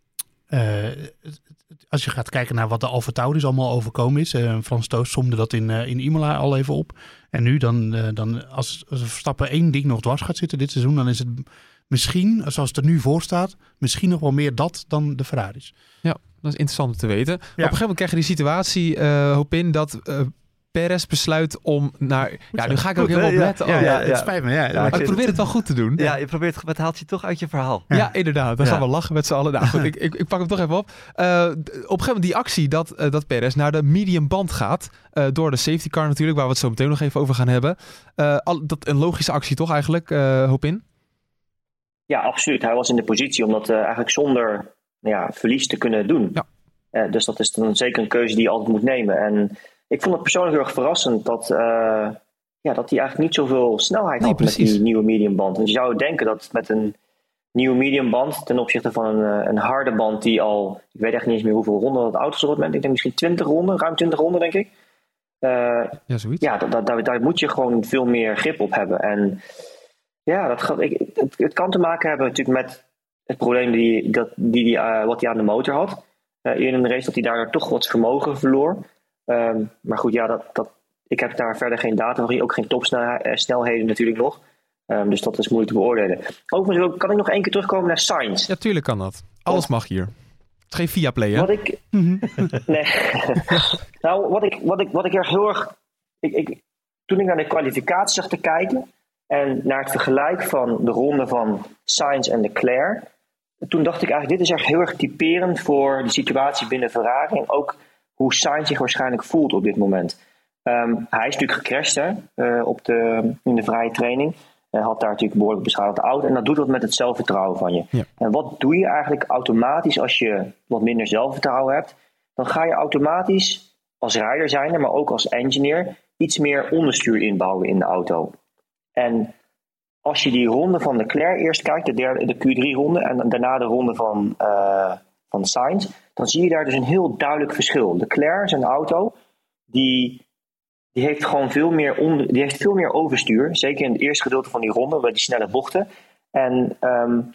uh, als je gaat kijken naar wat de AlphaTauri allemaal overkomen is. Uh, Frans Toos somde dat in, uh, in Imola al even op. En nu dan, uh, dan als, als Verstappen één ding nog dwars gaat zitten dit seizoen, dan is het misschien, zoals het er nu voor staat, misschien nog wel meer dat dan de Ferraris. Ja, dat is interessant om te weten. Ja. Op een gegeven moment krijg je die situatie, uh, hoop in, dat uh, Perez besluit om naar... Ja, nu ga ik ook Goed, helemaal hè? letten. Ja, Oh, ja, ja. het spijt me. Ja, Ja, maar Maar ik- ik probeer het wel goed te doen. Ja, je probeert, het haalt je toch uit je verhaal. Ja, inderdaad. Dan Ja. gaan we lachen met z'n allen. Nou goed, ik, ik, ik pak hem toch even op. Uh, d- op een gegeven moment die actie dat, uh, dat Perez naar de medium band gaat. Uh, door de safety car natuurlijk, waar we het zo meteen nog even over gaan hebben. Uh, al, dat een logische actie toch eigenlijk, uh, hoop in? Ja, absoluut. Hij was in de positie om dat uh, eigenlijk zonder ja, verlies te kunnen doen. Ja. Uh, dus dat is dan zeker een keuze die je altijd moet nemen. En ik vond het persoonlijk heel erg verrassend dat, uh, ja, dat hij eigenlijk niet zoveel snelheid Nee, had precies. met die nieuwe mediumband. Want je zou denken dat met een nieuwe mediumband ten opzichte van een, een harde band die al, ik weet echt niet eens meer hoeveel ronden dat auto's op bent. Ik denk misschien twintig ronden, ruim twintig ronden denk ik. Uh, Ja, zoiets. ja, daar, daar, daar moet je gewoon veel meer grip op hebben. En ja, dat gaat, ik, het, het kan te maken hebben natuurlijk met het probleem die, dat, die, die, uh, wat hij aan de motor had. Uh, eerder in de race dat hij daar toch wat vermogen verloor. Um, maar goed, ja, dat, dat, ik heb daar verder geen data van, ook geen topsnelheden natuurlijk nog. Um, dus dat is moeilijk te beoordelen. Overigens kan ik nog één keer terugkomen naar Sainz. Ja, tuurlijk kan dat. Alles mag hier. Het is geen Viaplay, hè? Wat ik... nee. nou, wat ik, wat, ik, wat ik erg heel erg... Ik, ik, toen ik naar de kwalificatie zag te kijken en naar het vergelijk van de ronde van Sainz en Leclerc, toen dacht ik eigenlijk, dit is echt heel erg typerend voor de situatie binnen Ferrari en ook hoe Sainz zich waarschijnlijk voelt op dit moment. Um, hij is natuurlijk gecrashed hè, uh, op de, in de vrije training. Hij had daar natuurlijk een behoorlijk beschadigde auto. En dat doet wat met het zelfvertrouwen van je. Ja. En wat doe je eigenlijk automatisch als je wat minder zelfvertrouwen hebt? Dan ga je automatisch als rijder zijn, maar ook als engineer, iets meer onderstuur inbouwen in de auto. En als je die ronde van Leclerc eerst kijkt, de, derde, de Q drie ronde en daarna de ronde van, uh, van Sainz, dan zie je daar dus een heel duidelijk verschil. Leclerc, zijn auto, die... Die heeft gewoon veel meer, onder, die heeft veel meer overstuur. Zeker in het eerste gedeelte van die ronde, bij die snelle bochten. En um,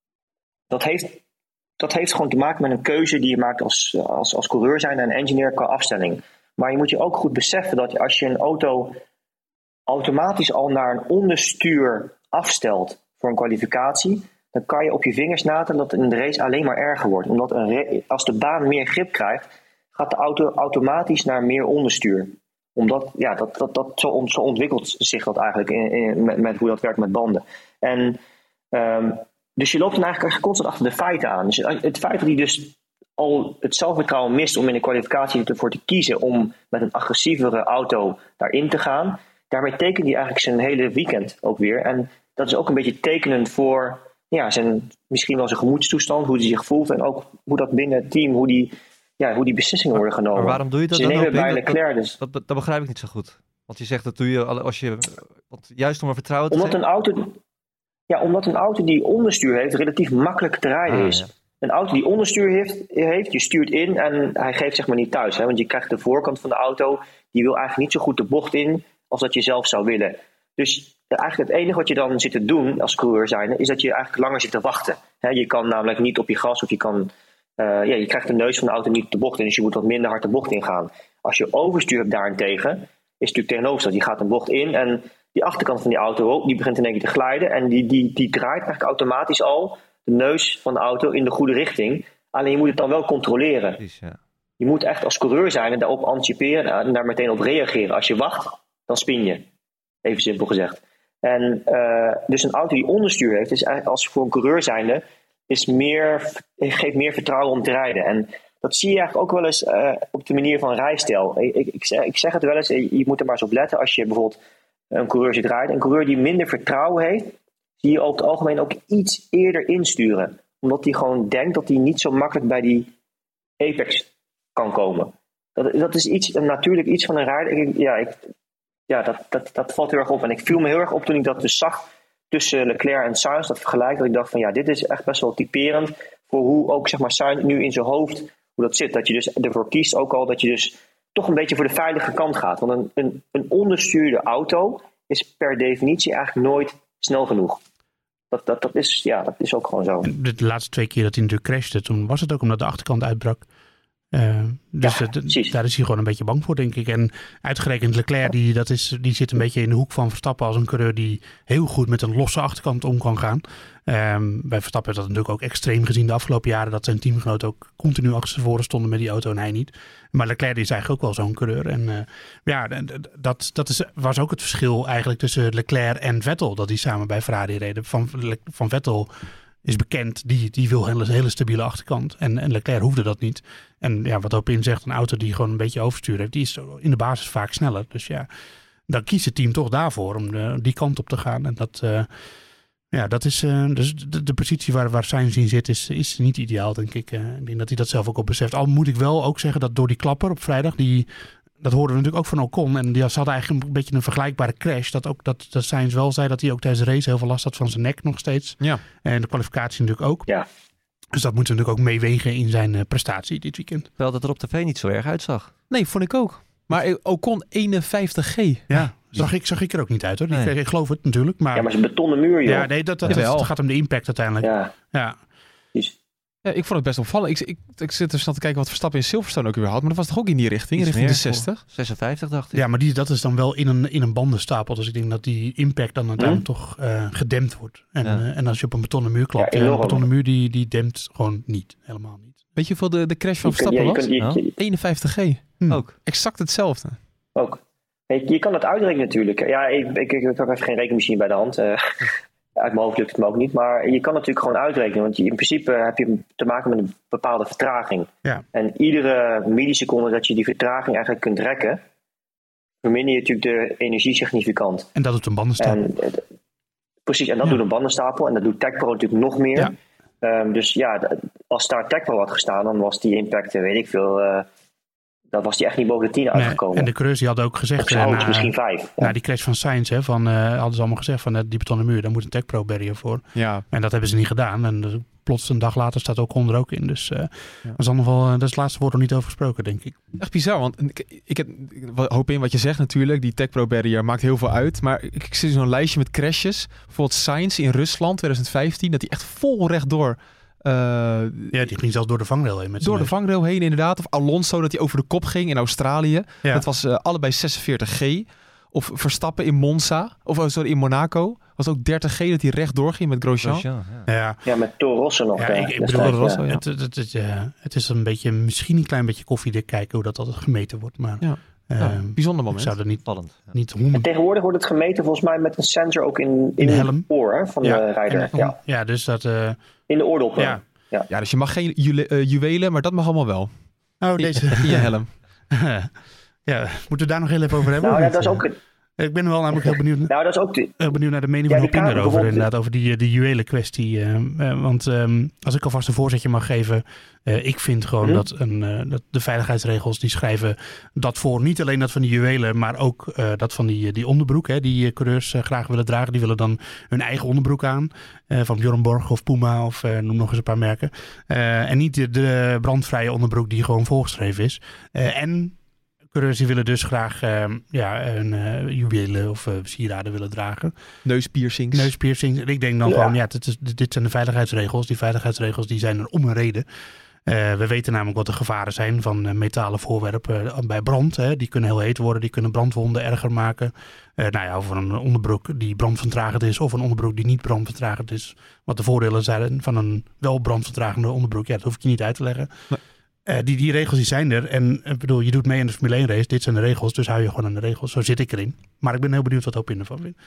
dat, heeft, dat heeft gewoon te maken met een keuze die je maakt als, als, als coureur zijn en engineer qua afstelling. Maar je moet je ook goed beseffen dat als je een auto automatisch al naar een onderstuur afstelt voor een kwalificatie, dan kan je op je vingers natellen dat het in de race alleen maar erger wordt. Omdat een re- als de baan meer grip krijgt, gaat de auto automatisch naar meer onderstuur. Omdat, ja, dat, dat, dat, zo, ont, zo ontwikkelt zich dat eigenlijk in, in, met, met hoe dat werkt met banden. En, um, dus je loopt dan eigenlijk constant achter de feiten aan. Dus het feit dat hij dus al het zelfvertrouwen mist om in de kwalificatie ervoor te kiezen om met een agressievere auto daarin te gaan, daarmee tekent hij eigenlijk zijn hele weekend ook weer. En dat is ook een beetje tekenend voor ja, zijn, misschien wel zijn gemoedstoestand, hoe hij zich voelt en ook hoe dat binnen het team, hoe die... Ja, hoe die beslissingen worden genomen. Maar waarom doe je dat Ze dan nemen ook? bij Dat- Leclerc dus. Dat, dat, dat begrijp ik niet zo goed. Want je zegt dat doe je als je... Want juist om er vertrouwen te Omdat geven. een auto, ja, omdat een auto die onderstuur heeft, relatief makkelijk te rijden Ah, is. ja. Een auto die onderstuur heeft, heeft, je stuurt in en hij geeft zeg maar niet thuis. Hè? Want je krijgt de voorkant van de auto, die wil eigenlijk niet zo goed de bocht in als dat je zelf zou willen. Dus eigenlijk het enige wat je dan zit te doen als coureur zijnde, is dat je eigenlijk langer zit te wachten. Hè? Je kan namelijk niet op je gas of je kan... Uh, ja, je krijgt de neus van de auto niet de bocht in, dus je moet wat minder hard de bocht ingaan. Als je overstuur hebt daarentegen, is het natuurlijk tegenovergesteld. Je gaat een bocht in en die achterkant van die auto die begint in één keer te glijden en die, die, die draait eigenlijk automatisch al de neus van de auto in de goede richting. Alleen je moet het dan wel controleren. Precies, ja. Je moet echt als coureur zijn en daarop anticiperen en daar meteen op reageren. Als je wacht, dan spin je. Even simpel gezegd. En uh, dus een auto die onderstuur heeft, is eigenlijk als voor een coureur zijnde, is meer, geeft meer vertrouwen om te rijden. En dat zie je eigenlijk ook wel eens uh, op de manier van rijstijl. Ik, ik, ik, zeg, ik zeg het wel eens, je moet er maar eens op letten als je bijvoorbeeld een coureur ziet rijden. Een coureur die minder vertrouwen heeft, zie je over het algemeen ook iets eerder insturen. Omdat hij gewoon denkt dat hij niet zo makkelijk bij die apex kan komen. Dat, dat is iets, natuurlijk iets van een rijder. Ik, ja, ik, ja dat, dat, dat valt heel erg op. En ik viel me heel erg op toen ik dat dus zag tussen Leclerc en Sainz, dat vergelijk, dat ik dacht van ja, dit is echt best wel typerend voor hoe ook zeg maar Sainz nu in zijn hoofd, hoe dat zit. Dat je dus ervoor kiest ook al dat je dus toch een beetje voor de veilige kant gaat. Want een, een, een onderstuurde auto is per definitie eigenlijk nooit snel genoeg. Dat, dat, dat, is, ja, dat is ook gewoon zo. De, de laatste twee keer dat hij natuurlijk crashte, toen was het ook omdat de achterkant uitbrak. Uh, dus ja, uh, d- daar is hij gewoon een beetje bang voor, denk ik. En uitgerekend Leclerc, die, dat is, die zit een beetje in de hoek van Verstappen als een coureur die heel goed met een losse achterkant om kan gaan. Um, bij Verstappen is dat natuurlijk ook extreem gezien de afgelopen jaren, dat zijn teamgenoten ook continu achter voren stonden met die auto en hij niet. Maar Leclerc is eigenlijk ook wel zo'n coureur. En uh, ja, dat, dat is, was ook het verschil eigenlijk tussen Leclerc en Vettel, dat die samen bij Ferrari reden. Van, van Vettel is bekend, die, die wil een hele, hele stabiele achterkant. En, en Leclerc hoefde dat niet. En ja, wat Opin zegt, een auto die gewoon een beetje overstuur heeft, die is in de basis vaak sneller. Dus ja, dan kiest het team toch daarvoor om de, die kant op te gaan. En dat, uh, ja, dat is uh, dus de, de positie waar, waar Sainz in zit, is, is niet ideaal, denk ik. Uh, ik denk dat hij dat zelf ook op beseft. Al moet ik wel ook zeggen dat door die klapper op vrijdag, die... Dat hoorden we natuurlijk ook van Ocon. En die had eigenlijk een beetje een vergelijkbare crash. Dat, ook, dat, dat Sainz wel zei dat hij ook tijdens de race heel veel last had van zijn nek nog steeds. Ja. En de kwalificatie natuurlijk ook. Ja. Dus dat moeten we natuurlijk ook meewegen in zijn uh, prestatie dit weekend. Terwijl dat er op tv niet zo erg uitzag. Nee, vond ik ook. Maar Ocon eenenvijftig G. Ja, zag ik, zag ik er ook niet uit hoor. Nee. Ik, ik geloof het natuurlijk. Maar... Ja, maar het is een betonnen muur, joh. Ja, nee, dat, dat, dat, dat gaat om de impact uiteindelijk. Ja. Ja. Dus... Ja, ik vond het best opvallend. Ik, ik, ik zit er snel te kijken wat Verstappen in Silverstone ook weer had. Maar dat was toch ook in die richting? Iets richting meer, de zestig? zesenvijftig dacht ik. Ja, maar die, dat is dan wel in een, in een bandenstapel. Dus ik denk dat die impact dan uiteindelijk hmm. toch uh, gedempt wordt. En, ja. uh, en als je op een betonnen muur klapt, ja, een betonnen muur die, die dempt gewoon niet. Helemaal niet. Weet je hoeveel de, de crash van je Verstappen kun, ja, was? Je, je, je, eenenvijftig G. Hm. Ook. Exact hetzelfde. Ook. Je, je kan het uitrekenen natuurlijk. Ja, ik, ik, ik, ik heb even geen rekenmachine bij de hand. Uh, Uit mijn hoofd lukt het me ook niet. Maar je kan het natuurlijk gewoon uitrekenen. Want je, in principe heb je te maken met een bepaalde vertraging. Ja. En iedere milliseconde dat je die vertraging eigenlijk kunt rekken, verminder je natuurlijk de energie significant. En dat doet een bandenstapel. En, precies, en dat ja. doet een bandenstapel. En dat doet TechPro natuurlijk nog meer. Ja. Um, dus ja, als daar TechPro had gestaan, dan was die impact, weet ik veel... Uh, dat was die echt niet boven de tien nee, uitgekomen. En de coureurs die hadden ook gezegd... Uh, na, misschien vijf. Ja. Na die crash van Sainz, hè, van, uh, hadden ze allemaal gezegd van uh, die betonnen muur, daar moet een TechPro barrier voor. Ja. En dat hebben ze niet gedaan. En uh, plots een dag later staat ook onder ook in. Dus uh, ja. dat, is nog wel, uh, dat is het laatste woord nog niet over gesproken, denk ik. Echt bizar, want ik, ik, heb, ik hoop in wat je zegt natuurlijk. Die TechPro barrier maakt heel veel uit. Maar ik, ik zie zo'n lijstje met crashes. Bijvoorbeeld Sainz in Rusland twintig vijftien. Dat hij echt vol rechtdoor... Uh, ja, die ging zelfs door de vangrail heen. Met door de neus. vangrail heen, inderdaad. Of Alonso, dat hij over de kop ging in Australië. Ja. Dat was uh, allebei zesenveertig G. Of Verstappen in Monza. Of oh, sorry, in Monaco. Was ook dertig G dat hij rechtdoor ging met Grosjean. Grosjean ja. Ja. ja, met Toro Rosso nog. Ja, uh, ik, ik bedoel, Rosso, ja. het, het, het, het, uh, het is een beetje, misschien een klein beetje koffiedik kijken hoe dat altijd gemeten wordt. Maar ja. Uh, ja, bijzonder moment. Ik zou er niet, Spannend, ja. niet honderd... En tegenwoordig wordt het gemeten volgens mij met een sensor ook in, in, in de helm. het oor hè, van ja. de rijder. En, ja. ja, dus dat... Uh, in de oordoppen. Ja. Ja. ja, dus je mag geen ju- uh, juwelen, maar dat mag allemaal wel. Oh, deze... In je helm. Ja, moeten we daar nog heel even over hebben? Nou ja, dat is ook... Ik ben wel namelijk heel benieuwd, nou, dat is ook de... heel benieuwd naar de mening ja, van Opin daarover. Inderdaad, over die, die juwelen kwestie. Uh, uh, want um, als ik alvast een voorzetje mag geven. Uh, ik vind gewoon hm? dat, een, uh, dat de veiligheidsregels die schrijven dat voor. Niet alleen dat van die juwelen, maar ook uh, dat van die, die onderbroek. Hè, die uh, coureurs uh, graag willen dragen. Die willen dan hun eigen onderbroek aan. Uh, van Bjorn Borg of Puma of uh, noem nog eens een paar merken. Uh, en niet de, de brandvrije onderbroek die gewoon voorgeschreven is. Uh, en... coureurs die willen dus graag uh, ja, een uh, juwelen of uh, sieraden willen dragen. Neuspiercings. Neuspiercings. En ik denk dan ja. gewoon, ja, dit, is, dit zijn de veiligheidsregels. Die veiligheidsregels die zijn er om een reden. Uh, we weten namelijk wat de gevaren zijn van uh, metalen voorwerpen uh, bij brand. Hè. Die kunnen heel heet worden, die kunnen brandwonden erger maken. Uh, nou ja, of een onderbroek die brandvertragend is of een onderbroek die niet brandvertragend is. Wat de voordelen zijn van een wel brandvertragende onderbroek, ja, dat hoef ik je niet uit te leggen. Nee. Uh, die, die regels die zijn er. En ik bedoel, je doet mee in de Formule één race. Dit zijn de regels, dus hou je gewoon aan de regels. Zo zit ik erin. Maar ik ben heel benieuwd wat Opin ervan vindt.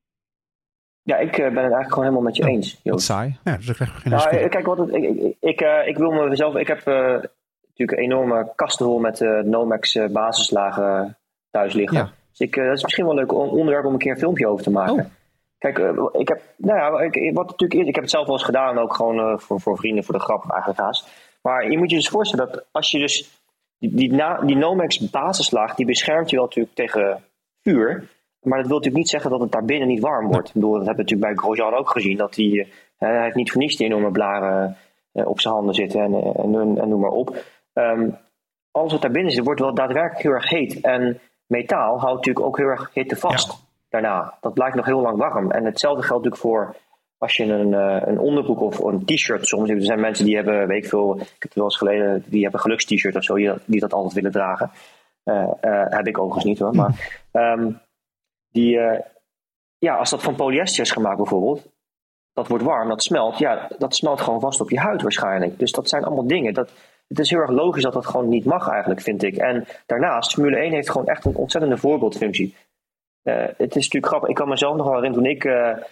Ja, ik uh, ben het eigenlijk gewoon helemaal met je eens, Joost. Wat saai. Ja, dus ik krijg geen nou, kijk, wat het, ik, ik, ik, uh, ik wil mezelf... Ik heb uh, natuurlijk een enorme kastenrol met uh, Nomex uh, basislagen thuis liggen. Ja. Dus ik, uh, dat is misschien wel een leuk onderwerp om een keer een filmpje over te maken. Oh. Kijk, uh, ik heb... Nou ja, ik, wat natuurlijk is... Ik heb het zelf wel eens gedaan, ook gewoon uh, voor, voor vrienden, voor de grap eigenlijk haast. Maar je moet je dus voorstellen dat als je dus... Die, die, na, die Nomex basislaag, die beschermt je wel natuurlijk tegen vuur... Maar dat wil natuurlijk niet zeggen dat het daar binnen niet warm wordt. Ik bedoel, dat hebben we natuurlijk bij Grosjean ook gezien. Dat hij, uh, hij heeft niet voor niets die enorme blaren uh, op zijn handen zitten en, en, en noem maar op. Um, alles wat daar binnen zit, wordt wel daadwerkelijk heel erg heet. En metaal houdt natuurlijk ook heel erg hitte vast ja. daarna. Dat blijft nog heel lang warm. En hetzelfde geldt natuurlijk voor als je een, uh, een onderbroek of een t-shirt soms... Er zijn mensen die hebben, weet ik veel... Ik heb het wel eens geleden... Die hebben een gelukst-t-shirt of zo... Die, die dat altijd willen dragen. Uh, uh, heb ik overigens niet hoor. Maar um, die... Uh, ja, als dat van polyester is gemaakt bijvoorbeeld... Dat wordt warm, dat smelt. Ja, dat smelt gewoon vast op je huid waarschijnlijk. Dus dat zijn allemaal dingen... Dat, het is heel erg logisch dat dat gewoon niet mag eigenlijk, vind ik. En daarnaast, Formule één heeft gewoon echt een ontzettende voorbeeldfunctie. Uh, het is natuurlijk grappig. Ik kan mezelf nog wel herinneren toen ik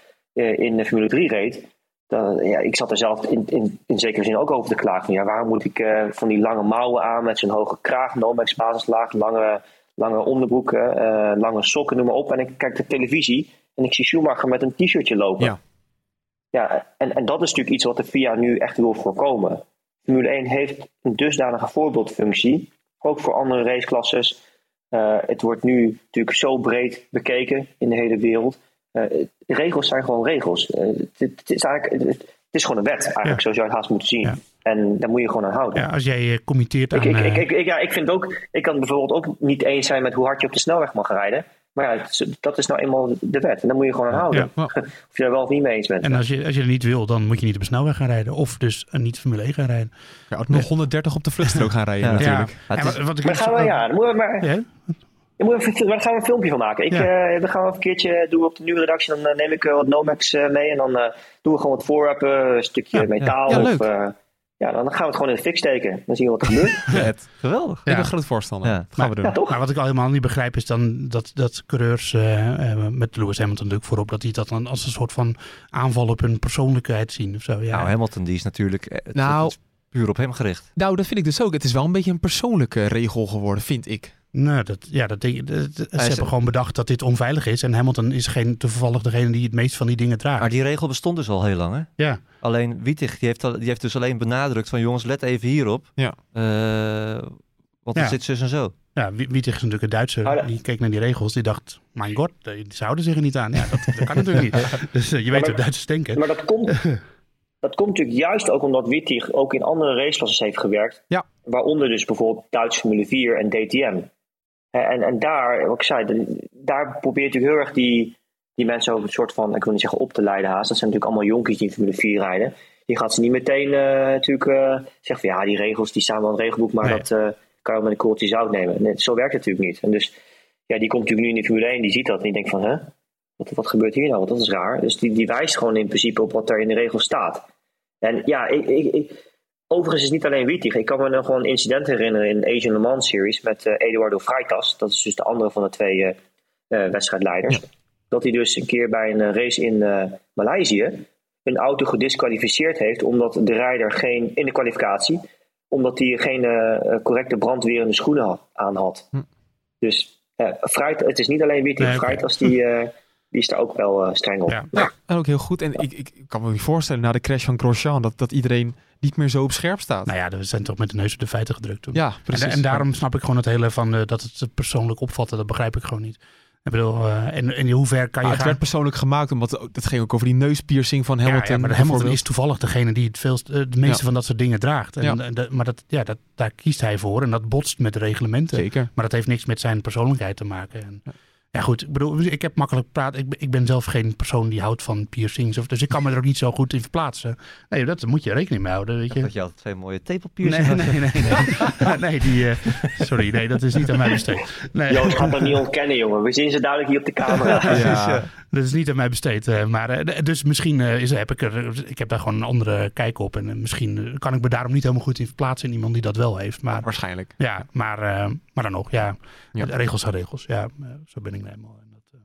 uh, in de Formule drie reed. Dan, ja, ik zat er zelf in, in, in zekere zin ook over te klagen. Van, ja, waarom moet ik uh, van die lange mouwen aan met zo'n hoge kraag, Nomex basislaag, lange, lange onderbroeken, uh, lange sokken, noem maar op. En ik kijk de televisie en ik zie Schumacher met een t-shirtje lopen. Ja. Ja, en, en dat is natuurlijk iets wat de F I A nu echt wil voorkomen. Formule één heeft een dusdanige voorbeeldfunctie, ook voor andere raceklasses. Uh, het wordt nu natuurlijk zo breed bekeken in de hele wereld. Uh, de regels zijn gewoon regels. Uh, het, het, is eigenlijk, het, het is gewoon een wet, eigenlijk, ja. Zo zou je het haast moeten zien. Ja. En daar moet je gewoon aan houden. Ja, als jij uh, committeert aan... Ik, ik, ik, ik, ja, ik vind ook, ik kan bijvoorbeeld ook niet eens zijn met hoe hard je op de snelweg mag rijden. Maar ja, het, dat is nou eenmaal de wet. En daar moet je gewoon aan houden. Ja. Of je er wel of niet mee eens bent. En als je, als je er niet wil, dan moet je niet op de snelweg gaan rijden. Of dus niet Formule één gaan rijden. Ja, nog nee. honderddertig op de vluchtstrook gaan rijden ja. natuurlijk. Ja. Ja, maar, wat ik maar gaan we, ja, dan moeten we maar... Ja? Dan moeten we, daar gaan we een filmpje van maken. Ik, ja. uh, dan gaan we een keertje doen op de nieuwe redactie. Dan uh, neem ik uh, wat Nomex uh, mee. En dan uh, doen we gewoon wat voorrappen. Een stukje ja. metaal. Ja, of, leuk. Uh, ja, dan gaan we het gewoon in de fik steken. Dan zien we wat er gebeurt. Ja, het, geweldig. Ja. Ik ben groot voorstander. Ja. Dat gaan maar, we doen. Ja, toch? Maar wat ik al helemaal niet begrijp is dan dat, dat coureurs uh, uh, met Lewis Hamilton natuurlijk voorop, dat die dat dan als een soort van aanval op hun persoonlijkheid zien of zo. Ja. Nou, Hamilton die is natuurlijk het, nou, het is puur op hem gericht. Nou, dat vind ik dus ook. Het is wel een beetje een persoonlijke regel geworden, vind ik. Nou, dat, ja, dat, dat, dat, ze hebben het... gewoon bedacht dat dit onveilig is. En Hamilton is geen, toevallig degene die het meest van die dingen draagt. Maar die regel bestond dus al heel lang, hè? Ja. Alleen Wietig, die heeft, al, die heeft dus alleen benadrukt van jongens, let even hierop. Ja. Uh, want er ja. zit zus en zo. Ja, Wietig is natuurlijk een Duitser. Oh, die keek naar die regels. Die dacht, mijn god, die houden zich er niet aan. Ja, dat, dat kan natuurlijk niet. Dus uh, je weet hoe Duitsers denken. Maar dat komt... Dat komt natuurlijk juist ook omdat Wietig ook in andere raceklassen heeft gewerkt. Ja. Waaronder dus bijvoorbeeld Duitse Formule vier en D T M. En, en daar, wat ik zei, daar probeer je natuurlijk heel erg die, die mensen ook een soort van, ik wil niet zeggen op te leiden haast. Dat zijn natuurlijk allemaal jonkies die in Formule vier rijden. Je gaat ze niet meteen uh, natuurlijk uh, zeggen van ja, die regels die staan wel in het regelboek, maar nee. dat uh, kan je met een korreltje zout nemen. Nee, zo werkt het natuurlijk niet. En dus ja, die komt natuurlijk nu in de Formule één, die ziet dat en die denkt van, hè, wat, wat gebeurt hier nou? Want dat is raar. Dus die, die wijst gewoon in principe op wat er in de regels staat. En ja, ik, ik, ik, overigens is het niet alleen Wietig. Ik kan me nog wel een incident herinneren in de Asian Le Mans Series met uh, Eduardo Freitas. Dat is dus de andere van de twee uh, uh, wedstrijdleiders. Ja. Dat hij dus een keer bij een race in uh, Maleisië een auto gedisqualificeerd heeft omdat de rijder geen, in de kwalificatie, omdat hij geen uh, correcte brandwerende schoenen had, aan had. Hm. Dus uh, Freitas, het is niet alleen Wietig. Nee, Freitas die... Uh, Die is daar ook wel uh, streng op. Ja, ja, en ook heel goed. En ik, ik kan me niet voorstellen, na de crash van Grosjean, dat, dat iedereen niet meer zo op scherp staat. Nou ja, we zijn toch met de neus op de feiten gedrukt toen. Ja, precies. En, en daarom snap ik gewoon het hele van uh, dat het persoonlijk opvatten. Dat begrijp ik gewoon niet. Ik bedoel, uh, en, en in hoeverre kan je ah, het gaan... werd persoonlijk gemaakt, omdat het ging ook over die neuspiercing van Hamilton. Ja, ja maar Hamilton is toevallig degene die het veel, uh, de meeste ja. van dat soort dingen draagt. En, ja. en de, maar dat, ja, dat, daar kiest hij voor en dat botst met de reglementen. Zeker. Maar dat heeft niks met zijn persoonlijkheid te maken. En, ja. Ja goed, ik bedoel, ik heb makkelijk praten. Ik, ik ben zelf geen persoon die houdt van piercings. Of, dus ik kan me er ook niet zo goed in verplaatsen. Nee, dat moet je rekening mee houden. Weet je. Dat je altijd twee mooie tepelpiercings nee, nee, nee, nee. nee, die, uh, sorry, nee, dat is niet aan mij besteed. Nee. Joost gaat dat niet ontkennen, jongen. We zien ze duidelijk hier op de camera. Ja, dat is niet aan mij besteed. Uh, maar, uh, dus misschien uh, is, heb ik er, ik heb daar gewoon een andere kijk op. En uh, misschien uh, kan ik me daarom niet helemaal goed in verplaatsen in iemand die dat wel heeft. Maar, waarschijnlijk. Ja, maar, uh, maar dan nog, ja. ja. Regels zijn regels. Ja, uh, zo ben ik nou helemaal.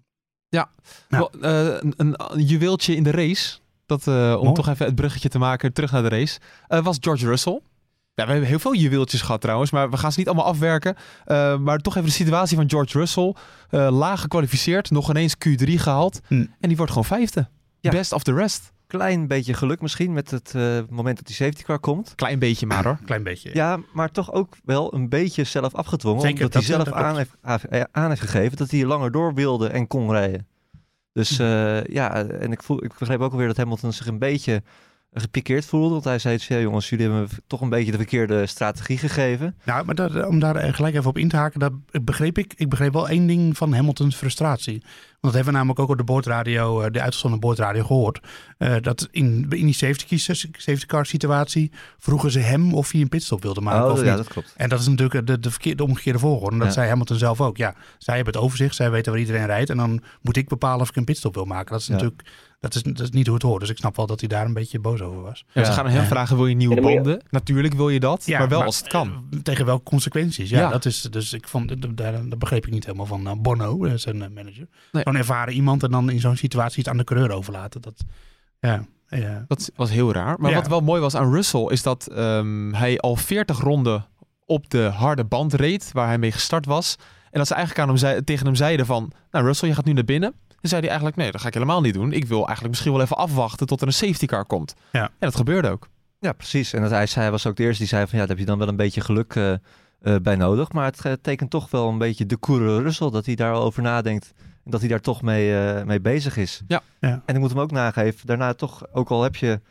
Ja, nou. Wel, uh, een, een, een juweeltje in de race. Dat, uh, om oh. toch even het bruggetje te maken terug naar de race. Uh, was George Russell. Ja, we hebben heel veel juweeltjes gehad trouwens. Maar we gaan ze niet allemaal afwerken. Uh, maar toch even de situatie van George Russell. Uh, laag gekwalificeerd. Nog ineens Q drie gehaald. Hm. En die wordt gewoon vijfde. Ja. Best of the rest. Klein beetje geluk misschien met het uh, moment dat die safety car komt. Klein beetje maar hoor. Klein beetje. Ja. ja, maar toch ook wel een beetje zelf afgedwongen. Zeker, omdat hij zelf aan heeft, aan heeft gegeven dat hij langer door wilde en kon rijden. Dus uh, ja, en ik, voel, ik begreep ook alweer dat Hamilton zich een beetje gepikeerd voelde. Want hij zei, ja, jongens, jullie hebben me toch een beetje de verkeerde strategie gegeven. Nou, maar dat, om daar gelijk even op in te haken, dat begreep ik. Ik begreep wel één ding van Hamiltons frustratie. Want dat hebben we namelijk ook op de boordradio, de uitgezonden boordradio gehoord. Uh, dat in, in die safety, safety car situatie vroegen ze hem of hij een pitstop wilde maken. Oh, of ja, niet. dat klopt. En dat is natuurlijk de, de, verkeer, de omgekeerde volgorde. En dat ja. zei Hamilton zelf ook. Ja, zij hebben het overzicht, zij weten waar iedereen rijdt. En dan moet ik bepalen of ik een pitstop wil maken. Dat is ja. natuurlijk... Dat is, dat is niet hoe het hoort. Dus ik snap wel dat hij daar een beetje boos over was. Ja, ze gaan hem ja. vragen, wil je nieuwe banden? Natuurlijk wil je dat, ja, maar wel maar, als het kan. Tegen welke consequenties? Ja, ja. Dat is, dus ik vond, daar, dat begreep ik niet helemaal van uh, Bono, zijn uh, manager. Nee. Zo'n ervaren iemand en dan in zo'n situatie iets aan de coureur overlaten. Dat, ja, ja. dat was heel raar. Maar ja. wat wel mooi was aan Russell, is dat um, hij al veertig ronden op de harde band reed, waar hij mee gestart was. En dat ze eigenlijk aan hem zei, tegen hem zeiden van, nou Russell, je gaat nu naar binnen. Dan zei hij eigenlijk, nee, dat ga ik helemaal niet doen. Ik wil eigenlijk misschien wel even afwachten tot er een safety car komt. Ja. En dat gebeurde ook. Ja, precies. En dat hij, hij was ook de eerste die zei van, ja, daar heb je dan wel een beetje geluk uh, uh, bij nodig. Maar het uh, tekent toch wel een beetje de coureur Russell, dat hij daar over nadenkt. En dat hij daar toch mee, uh, mee bezig is. Ja. ja. En ik moet hem ook nageven, daarna toch, ook al heb je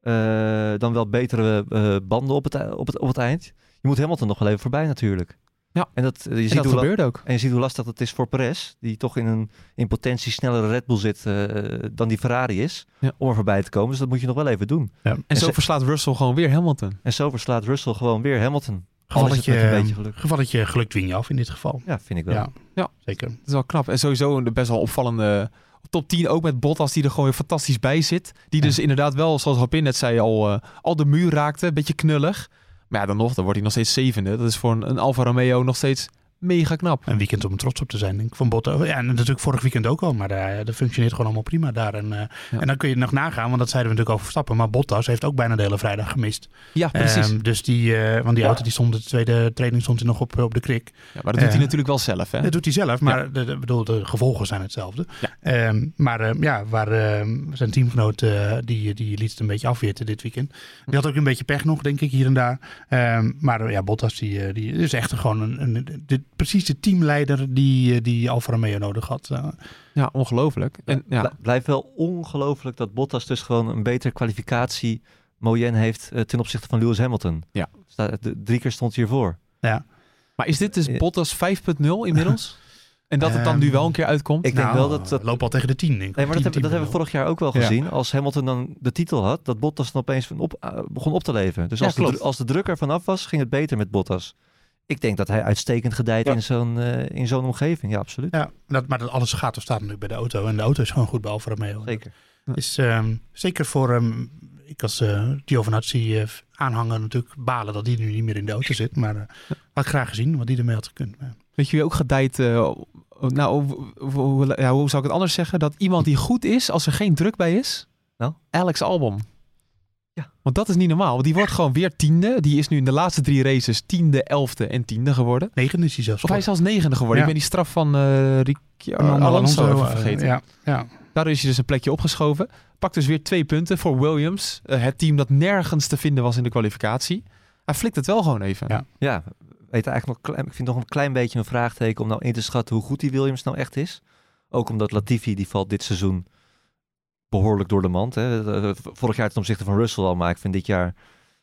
uh, dan wel betere uh, banden op het, op, het, op het eind. Je moet Hamilton nog wel even voorbij natuurlijk. Ja, en dat, je en ziet dat hoe gebeurt la- ook. En je ziet hoe lastig dat is voor Perez, die toch in een in potentie snellere Red Bull zit uh, dan die Ferrari is, ja. om er voorbij te komen. Dus dat moet je nog wel even doen. Ja. En, en zo ze- verslaat Russell gewoon weer Hamilton. En zo verslaat Russell gewoon weer Hamilton. Gevalletje, een beetje geluk. Gevalletje geluk dwing je af in dit geval. Ja, vind ik wel. Ja, ja. zeker. Dat is wel knap. En sowieso een best wel opvallende top tien, ook met Bottas die er gewoon weer fantastisch bij zit. Die ja. dus inderdaad wel, zoals Hopin net zei, al, uh, al de muur raakte. Een beetje knullig. Maar ja, dan nog, dan wordt hij nog steeds zevende. Dat is voor een, een Alfa Romeo nog steeds mega knap. Een weekend om trots op te zijn, denk ik, van Bottas. Ja, en natuurlijk vorig weekend ook al, maar uh, dat functioneert gewoon allemaal prima daar. En, uh, ja. en dan kun je nog nagaan, want dat zeiden we natuurlijk over Verstappen, maar Bottas heeft ook bijna de hele vrijdag gemist. Ja, precies. Um, dus die, uh, want die ja. auto die stond, de tweede training stond hij nog op, op de krik. Ja, maar dat doet uh, hij natuurlijk wel zelf, hè? Dat doet hij zelf, maar ja. de, de, bedoel, de gevolgen zijn hetzelfde. Ja. Um, maar uh, ja, waar uh, zijn teamgenoot, uh, die, die liet het een beetje afwitten dit weekend. Die had ook een beetje pech nog, denk ik, hier en daar. Um, maar uh, ja, Bottas, die, die is echt gewoon een, een, een, precies de teamleider die, die Alfa Romeo nodig had. Uh, ja, ongelooflijk. En, ja. Blijft wel ongelooflijk dat Bottas dus gewoon een betere kwalificatie moyenne heeft uh, ten opzichte van Lewis Hamilton. Ja. Sta, de, drie keer stond hiervoor. Ja. Maar is dit dus Bottas vijf punt nul inmiddels? En dat het dan nu wel een keer uitkomt? Ik denk nou, wel dat... dat loop al tegen de tien, denk ik. Nee, maar tien, dat, tien, hebben, dat hebben we vorig jaar ook wel gezien. Ja. Als Hamilton dan de titel had, dat Bottas dan opeens op, uh, begon op te leven. Dus ja, als, de, als de druk er vanaf was, ging het beter met Bottas. Ik denk dat hij uitstekend gedijt ja. in, zo'n, uh, in zo'n omgeving. Ja, absoluut. Ja, dat, maar dat alles gaat of staat natuurlijk bij de auto. En de auto is gewoon goed bij Alfa Romeo. Zeker. Ja. Is um, zeker voor um, ik als uh, Giovinazzi uh, aanhanger natuurlijk balen dat die nu niet meer in de auto zit. Maar uh, ja. had ik graag gezien wat die ermee had gekund. Ja. Weet je wie ook gedijt... Uh, nou, hoe, ja, hoe zou ik het anders zeggen? Dat iemand die goed is als er geen druk bij is? Nou? Alex Albon. Ja. Want dat is niet normaal. Want die wordt gewoon weer tiende. Die is nu in de laatste drie races tiende, elfde en tiende geworden. Negende is hij zelfs. Of hij is zelfs negende geworden. Ja. Ik ben die straf van uh, Ricciardo Alonso, Alonso even vergeten. Uh, ja, ja. Daardoor is hij dus een plekje opgeschoven. Pakt dus weer twee punten voor Williams. Uh, het team dat nergens te vinden was in de kwalificatie. Hij flikt het wel gewoon even. Ja, ja weet eigenlijk nog, ik vind nog een klein beetje een vraagteken om nou in te schatten hoe goed die Williams nou echt is. Ook omdat Latifi, die valt dit seizoen behoorlijk door de mand. Hè. Vorig jaar ten opzichte van Russell al, maar ik vind dit jaar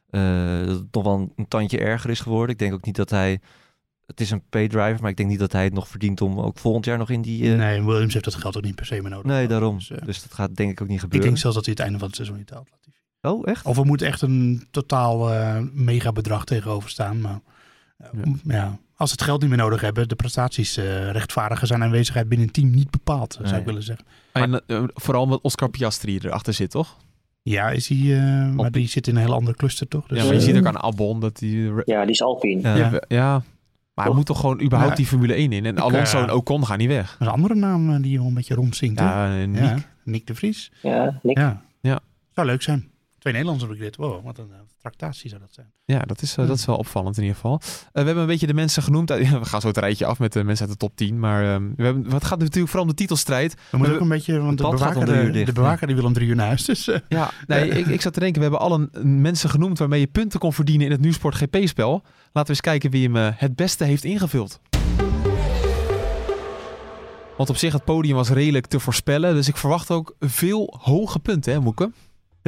uh, dat het nog wel een tandje erger is geworden. Ik denk ook niet dat hij... Het is een paydriver, maar ik denk niet dat hij het nog verdient om ook volgend jaar nog in die... Uh... Nee, Williams heeft dat geld ook niet per se meer nodig. Nee, daarom. Dus, uh, dus dat gaat denk ik ook niet gebeuren. Ik denk zelfs dat hij het einde van het seizoen niet haalt. Oh, echt? Of er moet echt een totaal uh, mega bedrag tegenover staan. Maar uh, ja. ja, als het geld niet meer nodig hebben, de prestaties uh, rechtvaardigen zijn aanwezigheid binnen een team niet bepaald, nee. zou ik willen zeggen. En uh, vooral met Oscar Piastri erachter zit, toch? Ja, is hij, uh, maar die zit in een hele andere cluster, toch? Dus, ja, maar je uh, ziet ook aan Albon dat die... Ja, die is Alpine. Ja, ja. ja. Maar hij moet toch gewoon überhaupt ja, die Formule één in. En ik, Alonso uh, en Ocon gaan niet weg. Dat is een andere naam uh, die je wel een beetje rondzinkt. Ja, uh, Nick. Ja, Nick de Vries. Ja, Nick. Ja. ja. Zou leuk zijn. Twee Nederlanders heb ik dit. Wow, wat een uh, tractatie zou dat zijn. Ja, dat is, uh, dat is wel opvallend in ieder geval. Uh, we hebben een beetje de mensen genoemd. Uh, we gaan zo het rijtje af met de mensen uit de top tien. Maar uh, we hebben, wat gaat natuurlijk vooral om de titelstrijd. We moeten ook een beetje, want de bewaker, de, dicht, de bewaker ja. die wil om drie uur naar huis. Dus, uh, ja, nee, ik, ik zat te denken, we hebben alle mensen genoemd waarmee je punten kon verdienen in het NuSport G P-spel. Laten we eens kijken wie hem uh, het beste heeft ingevuld. Want op zich, het podium was redelijk te voorspellen. Dus ik verwacht ook veel hoge punten, hè, Moeke?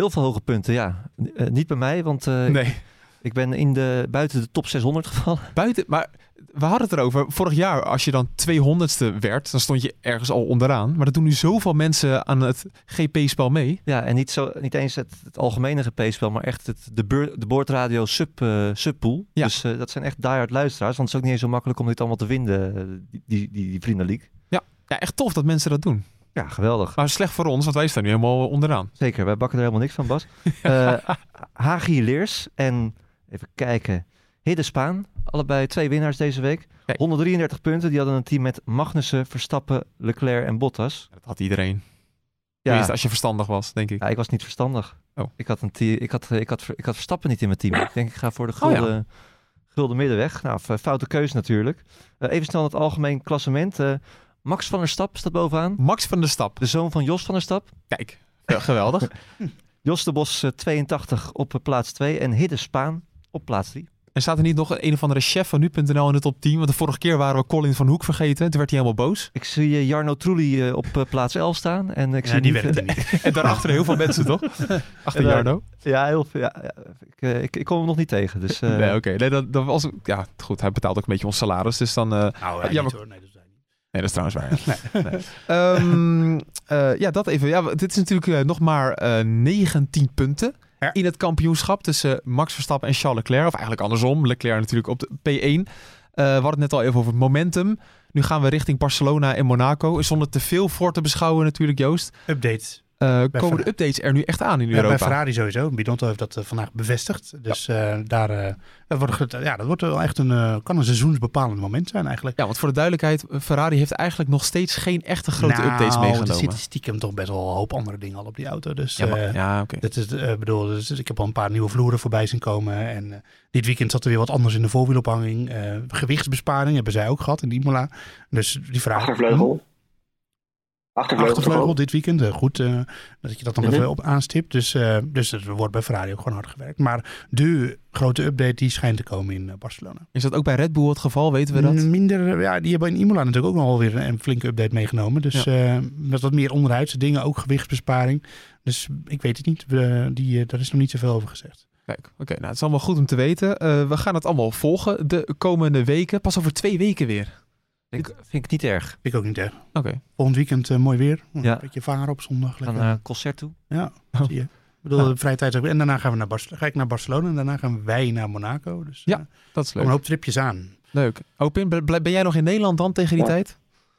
Heel veel hoge punten, ja. Uh, niet bij mij, want uh, nee. ik ben in de, buiten de top zeshonderd gevallen. Buiten, maar we hadden het erover. Vorig jaar, als je dan tweehonderdste werd, dan stond je ergens al onderaan. Maar dat doen nu zoveel mensen aan het G P-spel mee. Ja, en niet, zo, niet eens het, het algemene G P-spel, maar echt het, de, beur, de boordradio sub, uh, subpool. Ja. Dus uh, dat zijn echt diehard luisteraars. Want het is ook niet eens zo makkelijk om dit allemaal te vinden, die, die, die, die Vriendenleague. Ja. ja, echt tof dat mensen dat doen. Ja, geweldig. Maar slecht voor ons, want wij staan nu helemaal onderaan. Zeker, wij bakken er helemaal niks van, Bas. uh, H G Leers en, even kijken, Hidde Spaan. Allebei twee winnaars deze week. Kijk. honderddrieëndertig punten. Die hadden een team met Magnussen, Verstappen, Leclerc en Bottas. Dat had iedereen. Ja. Als je verstandig was, denk ik. Ja, ik was niet verstandig. Oh. Ik, had een team, ik, had, ik, had, ik had Verstappen niet in mijn team. Ik denk, ik ga voor de gulden, oh ja. gulden middenweg. Nou, foute keuze natuurlijk. Uh, even snel het algemeen klassement. Uh, Max van der Stap staat bovenaan. Max van der Stap. De zoon van Jos van der Stap. Kijk, ja, geweldig. Jos de Bos uh, tweeëntachtig op uh, plaats twee. En Hidde Spaan op plaats drie. En staat er niet nog een of andere chef van nu punt n l in de top tien? Want de vorige keer waren we Colin van Hoek vergeten. Toen werd hij helemaal boos. Ik zie uh, Jarno Trulli uh, op uh, plaats elf staan. En ik ja, zie die niet, werd er niet. En daarachter heel veel mensen, toch? Achter Jarno. Ja, heel veel. Ja, ja, ik, uh, ik, ik kom hem nog niet tegen. Dus, uh... Nee, oké. Okay. Nee, dat, dat was... Ja, goed. Hij betaalt ook een beetje ons salaris. Dus dan... Uh, nou, ja, ja, niet, maar... hoor. Nee, dat is niet. Nee, dat is trouwens waar. Ja. Nee. nee. um, uh, ja, dat even. Ja, dit is natuurlijk uh, nog maar uh, negentien punten. Ja. In het kampioenschap tussen Max Verstappen en Charles Leclerc. Of eigenlijk andersom. Leclerc natuurlijk op de P één. Uh, we hadden het net al even over het momentum. Nu gaan we richting Barcelona en Monaco. Zonder te veel voor te beschouwen natuurlijk, Joost. Updates. Uh, komen de updates er nu echt aan in ja, Europa? Bij Ferrari sowieso. Binotto heeft dat uh, vandaag bevestigd. Dus ja. uh, daar, uh, dat, wordt, ja, dat wordt wel echt een, uh, kan een seizoensbepalend moment zijn eigenlijk. Ja, want voor de duidelijkheid, Ferrari heeft eigenlijk nog steeds geen echte grote nou, updates meegenomen. Er zitten stiekem toch best wel een hoop andere dingen al op die auto. Dus, ja, maar, uh, ja, oké. Okay. Uh, bedoel, dus ik heb al een paar nieuwe vloeren voorbij zien komen. En uh, dit weekend zat er weer wat anders in de voorwielophanging. Uh, gewichtsbesparing hebben zij ook gehad in Imola. Dus die vraag... Achtervleugel. Achtervleugel, Achtervleugel dit weekend. Uh, goed uh, dat je dat nog mm-hmm. even op aanstipt. Dus, uh, dus er wordt bij Ferrari ook gewoon hard gewerkt. Maar de grote update die schijnt te komen in uh, Barcelona. Is dat ook bij Red Bull het geval? Weten we dat? Minder, ja, die hebben in Imola natuurlijk ook nog wel weer een flinke update meegenomen. Dus ja. uh, met wat meer onderhuidse dingen, ook gewichtsbesparing. Dus ik weet het niet. We, die, uh, daar is nog niet zoveel over gezegd. Kijk, oké, okay, nou het is allemaal goed om te weten. Uh, we gaan het allemaal volgen de komende weken. Pas over twee weken weer. Ik, vind ik niet erg. Ik ook niet erg. Oké. Okay. Volgend weekend uh, mooi weer. Ja. Een beetje varen op zondag. Gaan naar een concert toe. Ja, oh. zie je. Ik bedoel, ja. vrije tijd. En daarna gaan we naar Barcelona. Ga ik naar Barcelona en daarna gaan wij naar Monaco. Dus ja, uh, dat is leuk. Een hoop tripjes aan. Leuk. Opin, ben jij nog in Nederland dan tegen die ja. tijd?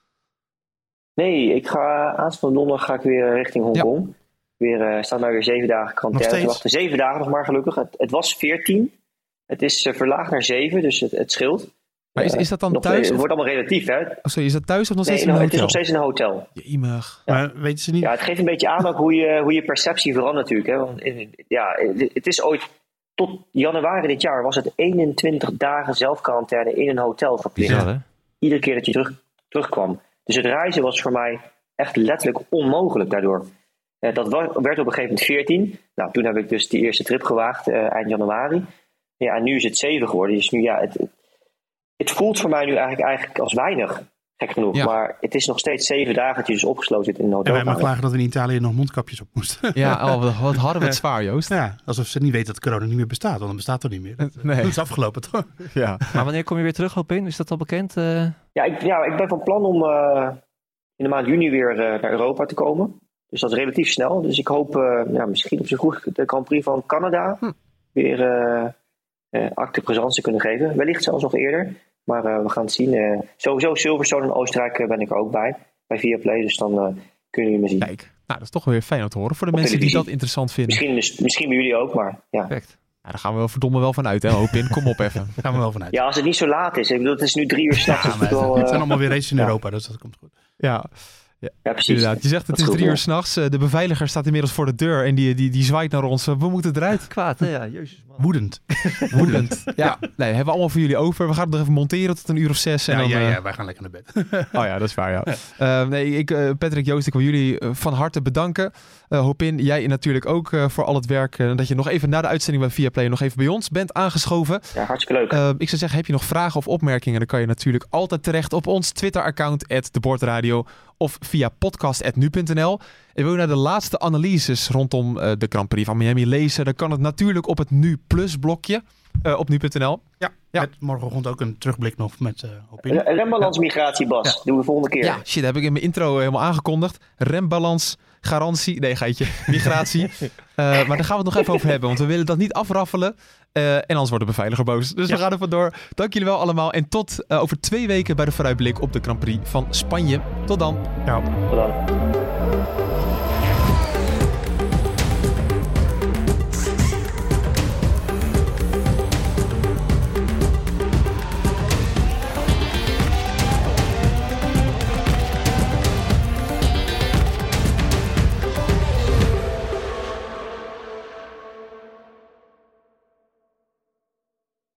Nee, ik ga aanstaande donderdag ga ik weer richting Hongkong. Ja. Weer uh, staat nou weer zeven dagen quarantaine te wachten. Zeven dagen nog maar gelukkig. Het, het was veertien. Het is uh, verlaagd naar zeven, dus het, het scheelt. Maar is, is dat dan thuis? Het wordt allemaal relatief, hè? Oh, sorry, is dat thuis of nog steeds nee, in een hotel? Het is nog steeds in een hotel. Jemig. Ja. Maar weten ze niet? Ja, het geeft een beetje aan ook hoe je, hoe je perceptie verandert natuurlijk. Hè? Want, ja, het is ooit... Tot januari dit jaar was het eenentwintig dagen zelfquarantaine in een hotel verplicht. Ja, iedere keer dat je terug, terugkwam. Dus het reizen was voor mij echt letterlijk onmogelijk daardoor. Uh, dat was, werd op een gegeven moment veertien. Nou, toen heb ik dus die eerste trip gewaagd uh, eind januari. Ja, en nu is het zeven geworden. Dus nu ja... Het, het, Het voelt voor mij nu eigenlijk, eigenlijk als weinig, gek genoeg. Ja. Maar het is nog steeds zeven dagen dat je dus opgesloten zit in een hotel. En wij klagen dat we in Italië nog mondkapjes op moesten. Ja, oh, wat hadden we het zwaar, Joost. Ja, alsof ze niet weten dat corona niet meer bestaat. Want dan bestaat het niet meer. Dat, nee. dat is afgelopen, toch? Ja. Maar wanneer kom je weer terug, Opin? Is dat al bekend? Uh... Ja, ik, ja, ik ben van plan om uh, in de maand juni weer uh, naar Europa te komen. Dus dat is relatief snel. Dus ik hoop uh, ja, misschien op zo goed de Grand Prix van Canada hm. weer uh, uh, acte présence te kunnen geven. Wellicht zelfs nog eerder. Maar uh, we gaan het zien. Uh, sowieso Silverstone in Oostenrijk uh, ben ik er ook bij. Bij Viaplay. Dus dan uh, kunnen jullie me zien. Kijk, nou, dat is toch weer fijn om te horen. Voor de Op mensen televisie. Die dat interessant vinden. Misschien, dus, misschien bij jullie ook, maar ja. Perfect. Ja, daar gaan we wel verdomme wel van uit, hè, Opin. Kom op even. Daar gaan we wel van uit. Ja, als het niet zo laat is. Ik bedoel, het is nu drie uur s'nachts. Ja, het, uh, het zijn allemaal weer races in ja. Europa, dus dat komt goed. Ja. Ja, ja, precies. Inderdaad. Je zegt het is drie uur s'nachts. De beveiliger staat inmiddels voor de deur en die, die, die zwaait naar ons. We moeten eruit. Kwaad, hè? Ja, jezus, man. Woedend. Woedend. Ja, nee, hebben we allemaal voor jullie over. We gaan het nog even monteren tot een uur of zes. En ja, dan, ja, uh... ja, wij gaan lekker naar bed. Oh ja, dat is waar, ja. Uh, nee, ik, uh, Patrick, Joost, ik wil jullie uh, van harte bedanken. Uh, Hopin, jij natuurlijk ook uh, voor al het werk. Uh, dat je nog even na de uitzending bij Viaplay nog even bij ons bent aangeschoven. Ja, hartstikke leuk. Uh, ik zou zeggen, heb je nog vragen of opmerkingen? Dan kan je natuurlijk altijd terecht op ons Twitter-account at de Bordradio of via podcast at nu punt n l. En wil je naar de laatste analyses rondom uh, de Grand Prix van Miami lezen? Dan kan het natuurlijk op het Nu Plus blokje uh, op nu punt n l. Ja, ja. Met morgenochtend ook een terugblik nog met uh, Hopin. Re- Rembalans-migratie, Bas. Ja. Doen we volgende keer. Ja, shit, heb ik in mijn intro helemaal aangekondigd. Rembalans, garantie, nee geitje, migratie. uh, maar daar gaan we het nog even over hebben, want we willen dat niet afraffelen. Uh, en anders wordt de beveiliger boos. Dus ja. we gaan er vandoor. Dank jullie wel allemaal. En tot uh, over twee weken bij de vooruitblik op de Grand Prix van Spanje. Tot dan. Ja. Tot dan.